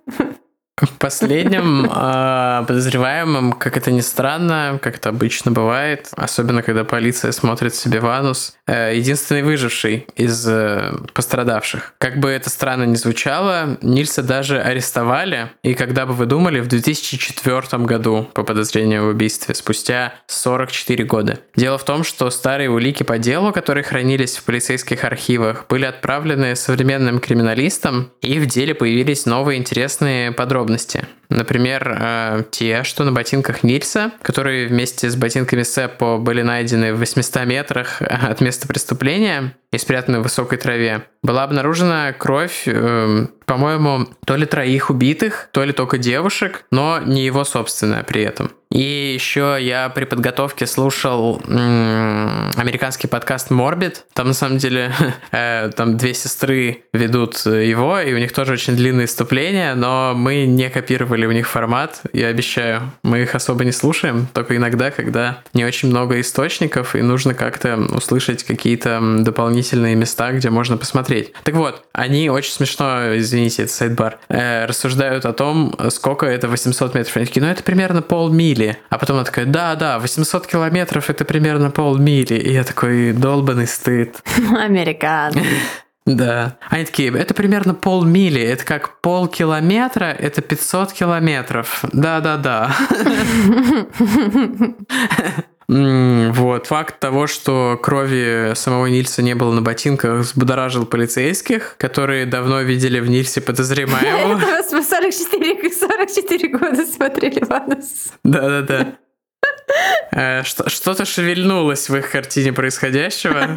В последнем подозреваемым, как это ни странно, как это обычно бывает, особенно когда полиция смотрит себе в анус, единственный выживший из пострадавших. Как бы это странно ни звучало, Нильса даже арестовали, и когда бы вы думали, в 2004 году по подозрению в убийстве, спустя 44 года. Дело в том, что старые улики по делу, которые хранились в полицейских архивах, были отправлены современным криминалистам, и в деле появились новые интересные подробности. Например, те, что на ботинках Нильса, которые вместе с ботинками Сеппо были найдены в 800 метрах от места преступления и спрятаны в высокой траве, была обнаружена кровь, по-моему, то ли 3 убитых, то ли только девушек, но не его собственная при этом. И еще я при подготовке слушал американский подкаст Morbid. Там на самом деле там 2 сестры ведут его, и у них тоже очень длинные вступления, но мы не копировали у них формат, я обещаю. Мы их особо не слушаем, только иногда, когда не очень много источников, и нужно как-то услышать какие-то дополнительные места, где можно посмотреть. Так вот, они очень смешно, извините, это сайдбар, рассуждают о том, сколько это 800 метров. Они такие, это примерно полмили. А потом она такая, да, 800 километров это примерно полмили. И я такой, долбанный стыд. Американ. Да. Они такие, это примерно полмили, это как полкилометра, это 500 километров. Да. Вот. Факт того, что крови самого Нильса не было на ботинках, взбудоражил полицейских, которые давно видели в Нильсе подозреваемого. 44 года смотрели в анус. Да. Что-то шевельнулось в их картине происходящего.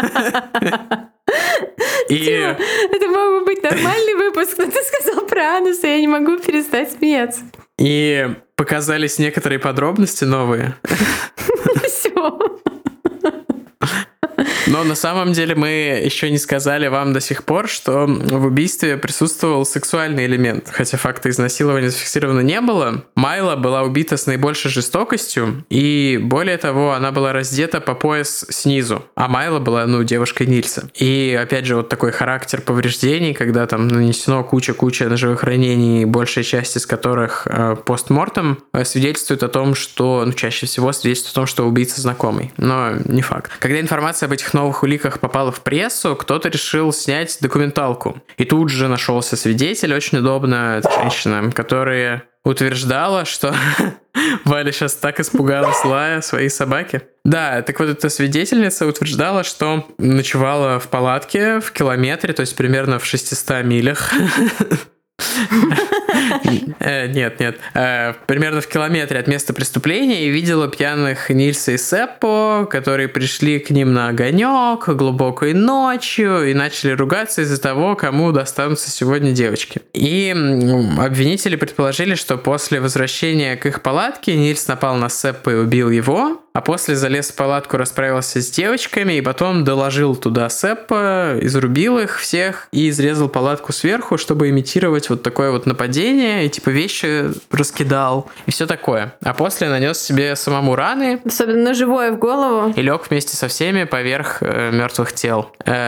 Тима, это мог бы быть нормальный выпуск, но ты сказал про анус, и я не могу перестать смеяться. И показались некоторые подробности новые. Все. Но на самом деле мы еще не сказали вам до сих пор, что в убийстве присутствовал сексуальный элемент. Хотя факта изнасилования зафиксировано не было. Майла была убита с наибольшей жестокостью, и более того, она была раздета по пояс снизу. А Майла была, девушкой Нильса. И опять же, вот такой характер повреждений, когда там нанесено куча ножевых ранений, большая часть из которых постмортем, свидетельствует о том, что, чаще всего свидетельствует о том, что убийца знакомый. Но не факт. Когда информация об этих новых уликах попала в прессу, кто-то решил снять документалку. И тут же нашелся свидетель, очень удобно, это женщина, которая утверждала, что Валя сейчас так испугалась лая своей собаки. Да, так вот эта свидетельница утверждала, что ночевала в палатке в километре, то есть примерно в 600 милях. Нет. Примерно в километре от места преступления и видела пьяных Нильса и Сеппо, которые пришли к ним на огонек глубокой ночью и начали ругаться из-за того, кому достанутся сегодня девочки. И обвинители предположили, что после возвращения к их палатке Нильс напал на Сеппо и убил его, а после залез в палатку, расправился с девочками и потом доложил туда Сеппо, изрубил их всех и изрезал палатку сверху, чтобы имитировать вот такое вот нападение, и типа вещи раскидал и все такое. А после нанес себе самому раны. Особенно живое в голову. И лег вместе со всеми поверх мертвых тел.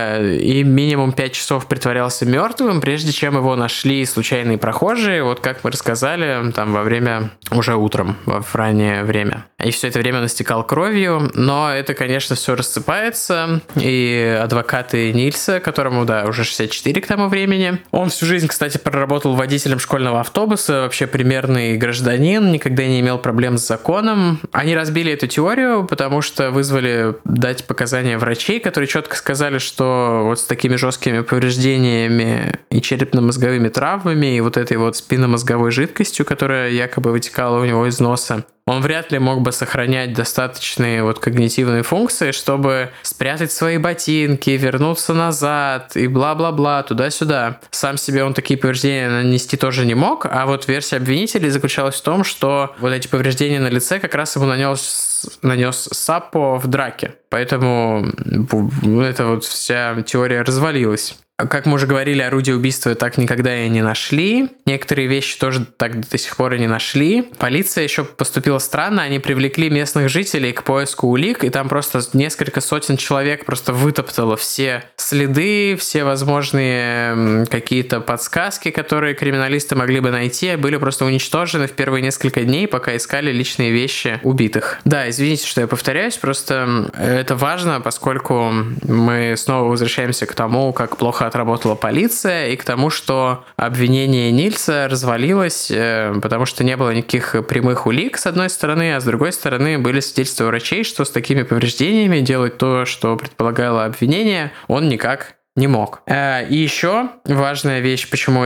И минимум 5 часов притворялся мертвым, прежде чем его нашли случайные прохожие, вот как мы рассказали, там во время, уже утром, в раннее время. И все это время он истекал кровью, но это, конечно, все рассыпается, и адвокаты Нильса, которому, да, уже 64 к тому времени, он всю жизнь, кстати, проработал водителем школьного автобуса, вообще примерный гражданин, никогда не имел проблем с законом. Они разбили эту теорию, потому что вызвали дать показания врачей, которые четко сказали, что вот с такими жесткими повреждениями и черепно-мозговыми травмами, и вот этой вот спинномозговой жидкостью, которая якобы вытекала у него из носа, он вряд ли мог бы сохранять достаточные вот когнитивные функции, чтобы спрятать свои ботинки, вернуться назад и бла-бла-бла, туда-сюда. Сам себе он такие повреждения нанести тоже не мог, а вот версия обвинителей заключалась в том, что вот эти повреждения на лице как раз ему нанес Саппо в драке. Поэтому эта вот вся теория развалилась. Как мы уже говорили, орудие убийства так никогда и не нашли. Некоторые вещи тоже так до сих пор и не нашли. Полиция еще поступила странно. Они привлекли местных жителей к поиску улик, и там просто несколько сотен человек просто вытоптало все следы, все возможные какие-то подсказки, которые криминалисты могли бы найти, были просто уничтожены в первые несколько дней, пока искали личные вещи убитых. Да, извините, что я повторяюсь, просто это важно, поскольку мы снова возвращаемся к тому, как плохо отработала полиция, и к тому, что обвинение Нильса развалилось, потому что не было никаких прямых улик, с одной стороны, а с другой стороны были свидетельства врачей, что с такими повреждениями делать то, что предполагало обвинение, он никак не мог. И еще важная вещь, почему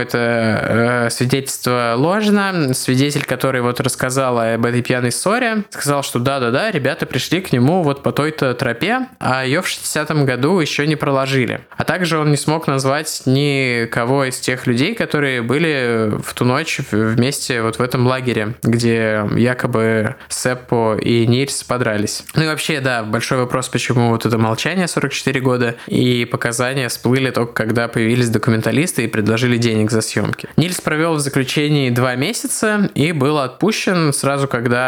это свидетельство ложно. Свидетель, который вот рассказал об этой пьяной ссоре, сказал, что да-да-да, ребята пришли к нему вот по той-то тропе, а ее в 60-м году еще не проложили. А также он не смог назвать никого из тех людей, которые были в ту ночь вместе вот в этом лагере, где якобы Сеппо и Нильс подрались. Ну и вообще, да, большой вопрос, почему вот это молчание 44 года и показания всплыли только когда появились документалисты и предложили денег за съемки. Нильс провел в заключении 2 месяца и был отпущен сразу,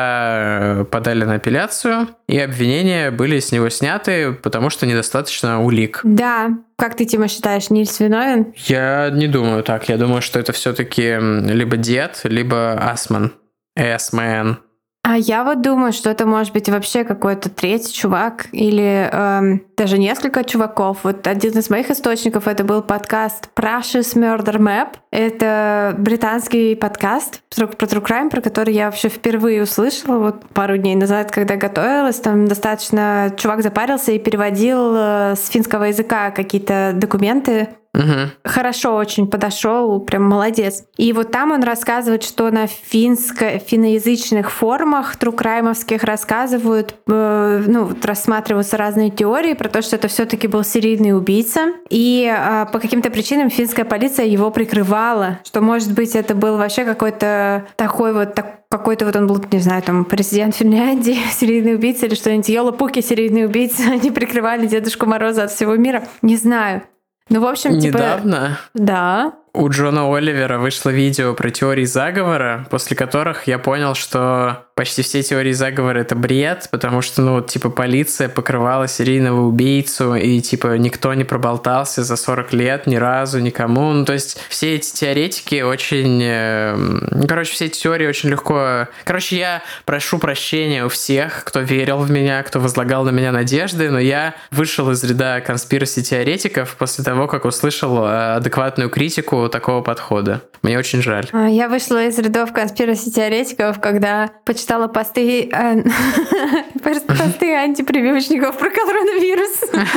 когда подали на апелляцию, и обвинения были с него сняты, потому что недостаточно улик. Да. Как ты, Тима, считаешь, Нильс виновен? Я не думаю так. Я думаю, что это все-таки либо дед, либо Асман. Эсмен. А я вот думаю, что это может быть вообще какой-то третий чувак или даже несколько чуваков. Вот один из моих источников — это был подкаст Precious Murder Map. Это британский подкаст про True Crime, про который я вообще впервые услышала вот пару дней назад, когда готовилась. Там достаточно чувак запарился и переводил с финского языка какие-то документы. Угу. Хорошо очень подошел, прям молодец. И вот там он рассказывает, что на финноязычных форумах трукраймовских рассказывают, рассматриваются разные теории про то, что это все-таки был серийный убийца. И по каким-то причинам финская полиция его прикрывала, что, может быть, это был вообще какой-то такой вот какой-то вот он был, не знаю, там, президент Финляндии, серийный убийца или что-нибудь, Йола-Пуки, серийный убийца, они прикрывали Дедушку Мороза от всего мира. Не знаю. Ну, в общем, недавно да. У Джона Оливера вышло видео про теории заговора, после которых я понял, что почти все теории заговора — это бред, потому что, ну, вот, типа, полиция покрывала серийного убийцу, и, типа, никто не проболтался за 40 лет ни разу никому. Ну, то есть все эти теоретики очень... Короче, все эти теории очень легко... Короче, я прошу прощения у всех, кто верил в меня, кто возлагал на меня надежды, но я вышел из ряда конспираси-теоретиков после того, как услышал адекватную критику такого подхода. Мне очень жаль. Я вышла из рядов конспираси-теоретиков, когда почитала посты антипрививочников про коронавирус.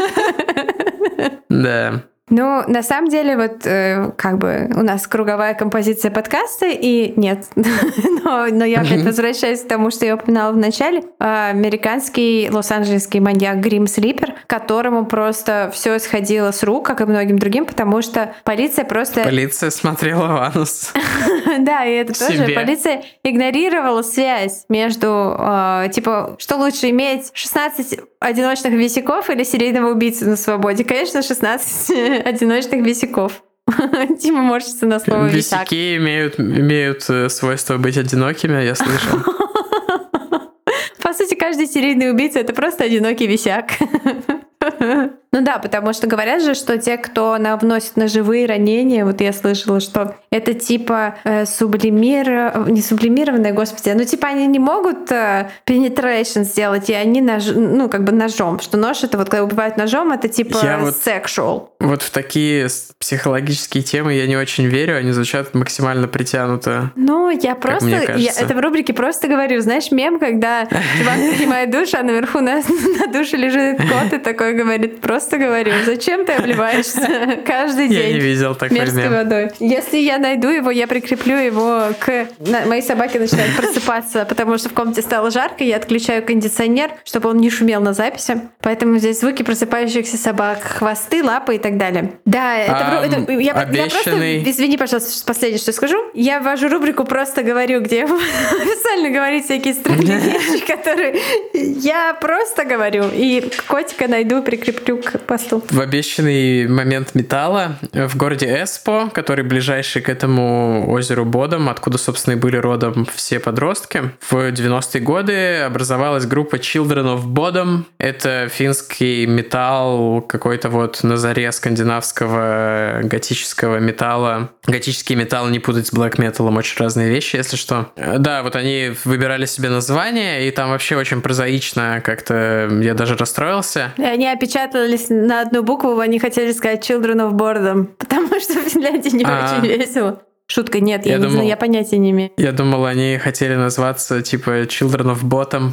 Да. Ну, на самом деле, вот как бы у нас круговая композиция подкаста, и нет. но я опять возвращаюсь к тому, что я упоминала в начале. Американский лос-анджелесский маньяк Грим Слипер, которому просто все сходило с рук, как и многим другим, потому что полиция просто... Полиция смотрела в анус. Да, и это тоже. Полиция игнорировала связь между, типа, что лучше иметь 16 одиночных висяков или серийного убийцу на свободе? Конечно, 16 одиночных висяков. Тима морщится на слово «висяк». Висяки имеют свойство быть одинокими, я слышал. По сути, каждый серийный убийца — это просто одинокий висяк. Ну да, потому что говорят же, что те, кто вносит ножевые ранения, вот я слышала, что это типа не сублимированные, господи, ну типа они не могут penetration сделать, и они как бы ножом, что нож это вот когда убивают ножом, это типа sexual. Вот в такие психологические темы я не очень верю, они звучат максимально притянуто. Ну, я просто, это в рубрике просто говорю, знаешь, мем, когда чувак принимает душ, а наверху на душе лежит кот и такой говорит, просто говорю, зачем ты обливаешься каждый день? Я не видел такой мерзкой водой. Если я найду его, я прикреплю его к... Мои собаки начинают просыпаться, потому что в комнате стало жарко, я отключаю кондиционер, чтобы он не шумел на записи. Поэтому здесь звуки просыпающихся собак, хвосты, лапы и так далее. Да, я просто... Извини, пожалуйста, последнее, что скажу. Я ввожу рубрику «Просто говорю», где я официально говорить всякие странные вещи, которые я просто говорю. И котика найду, прикреплю к посту. В обещанный момент металла в городе Эспо, который ближайший к этому озеру Бодом, откуда, собственно, и были родом все подростки, в 90-е годы образовалась группа Children of Bodom. Это финский металл, какой-то вот на заре скандинавского готического металла. Готический металл не путать с блэк металлом, очень разные вещи, если что. Да, вот они выбирали себе название, и там вообще очень прозаично как-то я даже расстроился. И они опечатались на одну букву, они хотели сказать Children of Boredom, потому что в Финляндии не очень весело. Шутка, нет, я не знаю, я понятия не имею. Я думал, они хотели назваться типа Children of Bottom.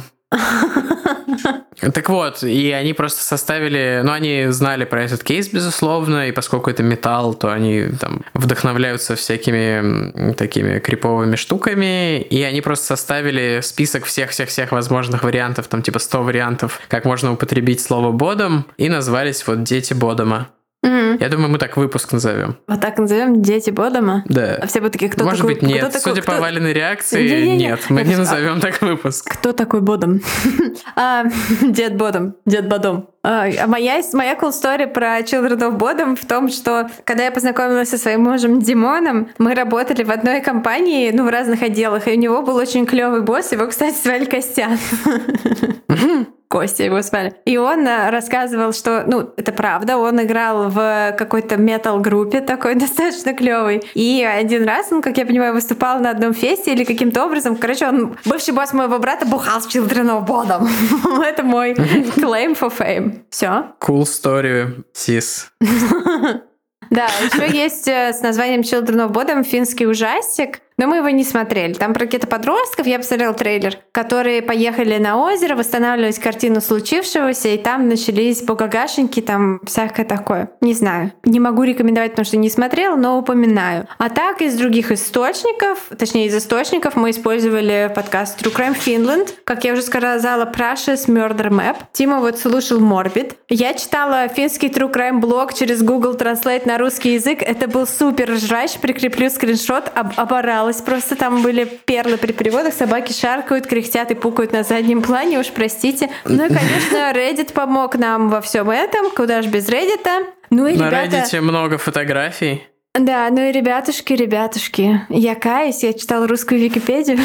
Так вот, и они просто составили... Ну, они знали про этот кейс, безусловно, и поскольку это металл, то они там вдохновляются всякими такими криповыми штуками, и они просто составили список всех-всех-всех возможных вариантов, там типа 100 вариантов, как можно употребить слово «бодом», и назвались вот «Дети Бодома». Я думаю, мы так выпуск назовем. Вот так назовем «Дети Бодома»? Да. А все будут такие, кто Может такой? Может быть, нет. Судя по Валиной реакции, нет. Мы не назовем так выпуск. Кто такой Бодом? Дед Бодом. Дед Бодом. Моя cool story про Children of Bodom в том, что когда я познакомилась со своим мужем Димоном, мы работали в одной компании, в разных отделах, и у него был очень клевый босс, его, кстати, звали Костян. Костя его звали. И он рассказывал, что, это правда, он играл в какой-то метал-группе такой достаточно клевый. И один раз, как я понимаю, выступал на одном фесте или каким-то образом. Короче, он, бывший босс моего брата, бухал с Children of Bodom. Это мой claim for fame. Все. Cool story, sis. Да, еще есть с названием Children of Bodom финский ужастик, но мы его не смотрели. Там про каких-то подростков, я посмотрела трейлер, которые поехали на озеро восстанавливать картину случившегося, и там начались бугагашеньки, там всякое такое. Не знаю. Не могу рекомендовать, потому что не смотрела, но упоминаю. А так, из других источников, точнее, из источников мы использовали подкаст True Crime Finland. Как я уже сказала, Precious Murder Map. Тима вот слушал Morbid. Я читала финский True Crime блог через Google Translate на русский язык. Это был супер жрач. Прикреплю скриншот. Оборал старалась. Просто там были перлы при переводах. Собаки шаркают, кряхтят и пукают на заднем плане, уж простите. Ну и, конечно, Reddit помог нам во всем этом. Куда ж без Reddit? Ну и на ребята... Reddit много фотографий. Да, ну и ребятушки, я каюсь, я читала русскую Википедию.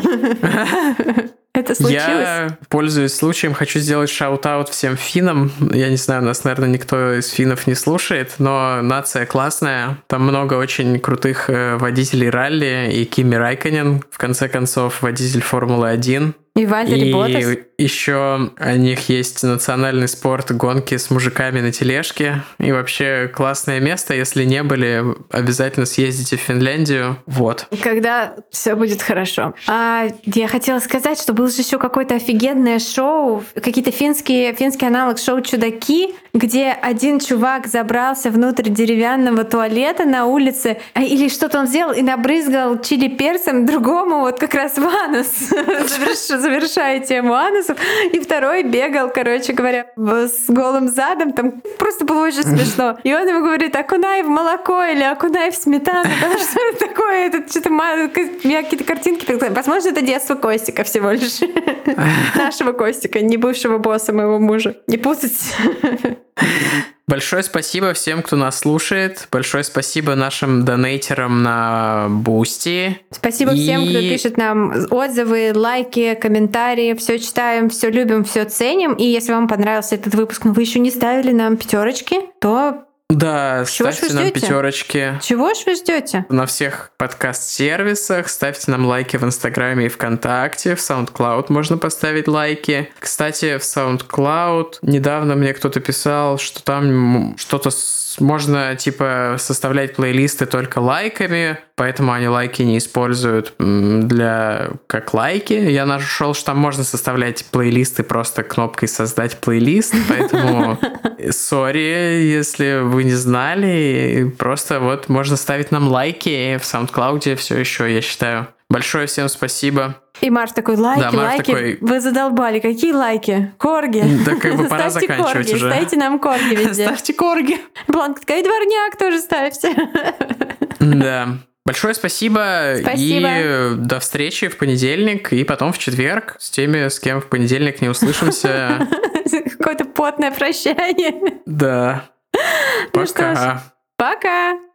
Это случилось. Я, пользуясь случаем, хочу сделать шаут-аут всем финнам. Я не знаю, нас, наверное, никто из финнов не слушает, но нация классная. Там много очень крутых водителей ралли, и Кими Райконен, в конце концов, водитель Формулы-1. И Вальтери Ботас. Еще у них есть национальный спорт гонки с мужиками на тележке. И вообще классное место. Если не были, обязательно съездите в Финляндию. Вот. Когда все будет хорошо. Я хотела сказать, что было же еще какое-то офигенное шоу, какие-то финский аналог шоу «Чудаки», где один чувак забрался внутрь деревянного туалета на улице, или что-то он сделал и набрызгал чили перцем другому вот как раз в анус, завершая тему анусов. И второй бегал, короче говоря, с голым задом. Там просто было очень смешно. И он ему говорит: окунай в молоко или окунай в сметану. Потому что это такое, это что-то... Я какие-то картинки прикладываю. Возможно, это детство Костика всего лишь. Нашего Костика, не бывшего босса моего мужа. Не путать. Большое спасибо всем, кто нас слушает. Большое спасибо нашим донейтерам на Бусти. Спасибо всем, кто пишет нам отзывы, лайки, комментарии. Все читаем, все любим, все ценим. И если вам понравился этот выпуск, но вы еще не ставили нам 5, то... Да, ставьте нам 5. Чего ж вы ждете? На всех подкаст-сервисах. Ставьте нам лайки в Инстаграме и ВКонтакте. В SoundCloud можно поставить лайки. Кстати, в SoundCloud недавно мне кто-то писал, что там что-то можно типа составлять плейлисты только лайками, поэтому они лайки не используют как лайки. Я нашел, что там можно составлять плейлисты просто кнопкой «Создать плейлист», поэтому сори, если вы не знали, просто вот можно ставить нам лайки в SoundCloud все еще, я считаю. Большое всем спасибо. И Марш такой: лайки. Такой... Вы задолбали. Какие лайки? Корги. Да как бы пора заканчивать корги. уже. Ставьте нам корги везде. Ставьте корги. Бланка такая: и дворняк тоже ставьте. Да. Большое спасибо. И до встречи в понедельник, и потом в четверг с теми, с кем в понедельник не услышимся. Какое-то потное прощание. Да. Пока. Пока.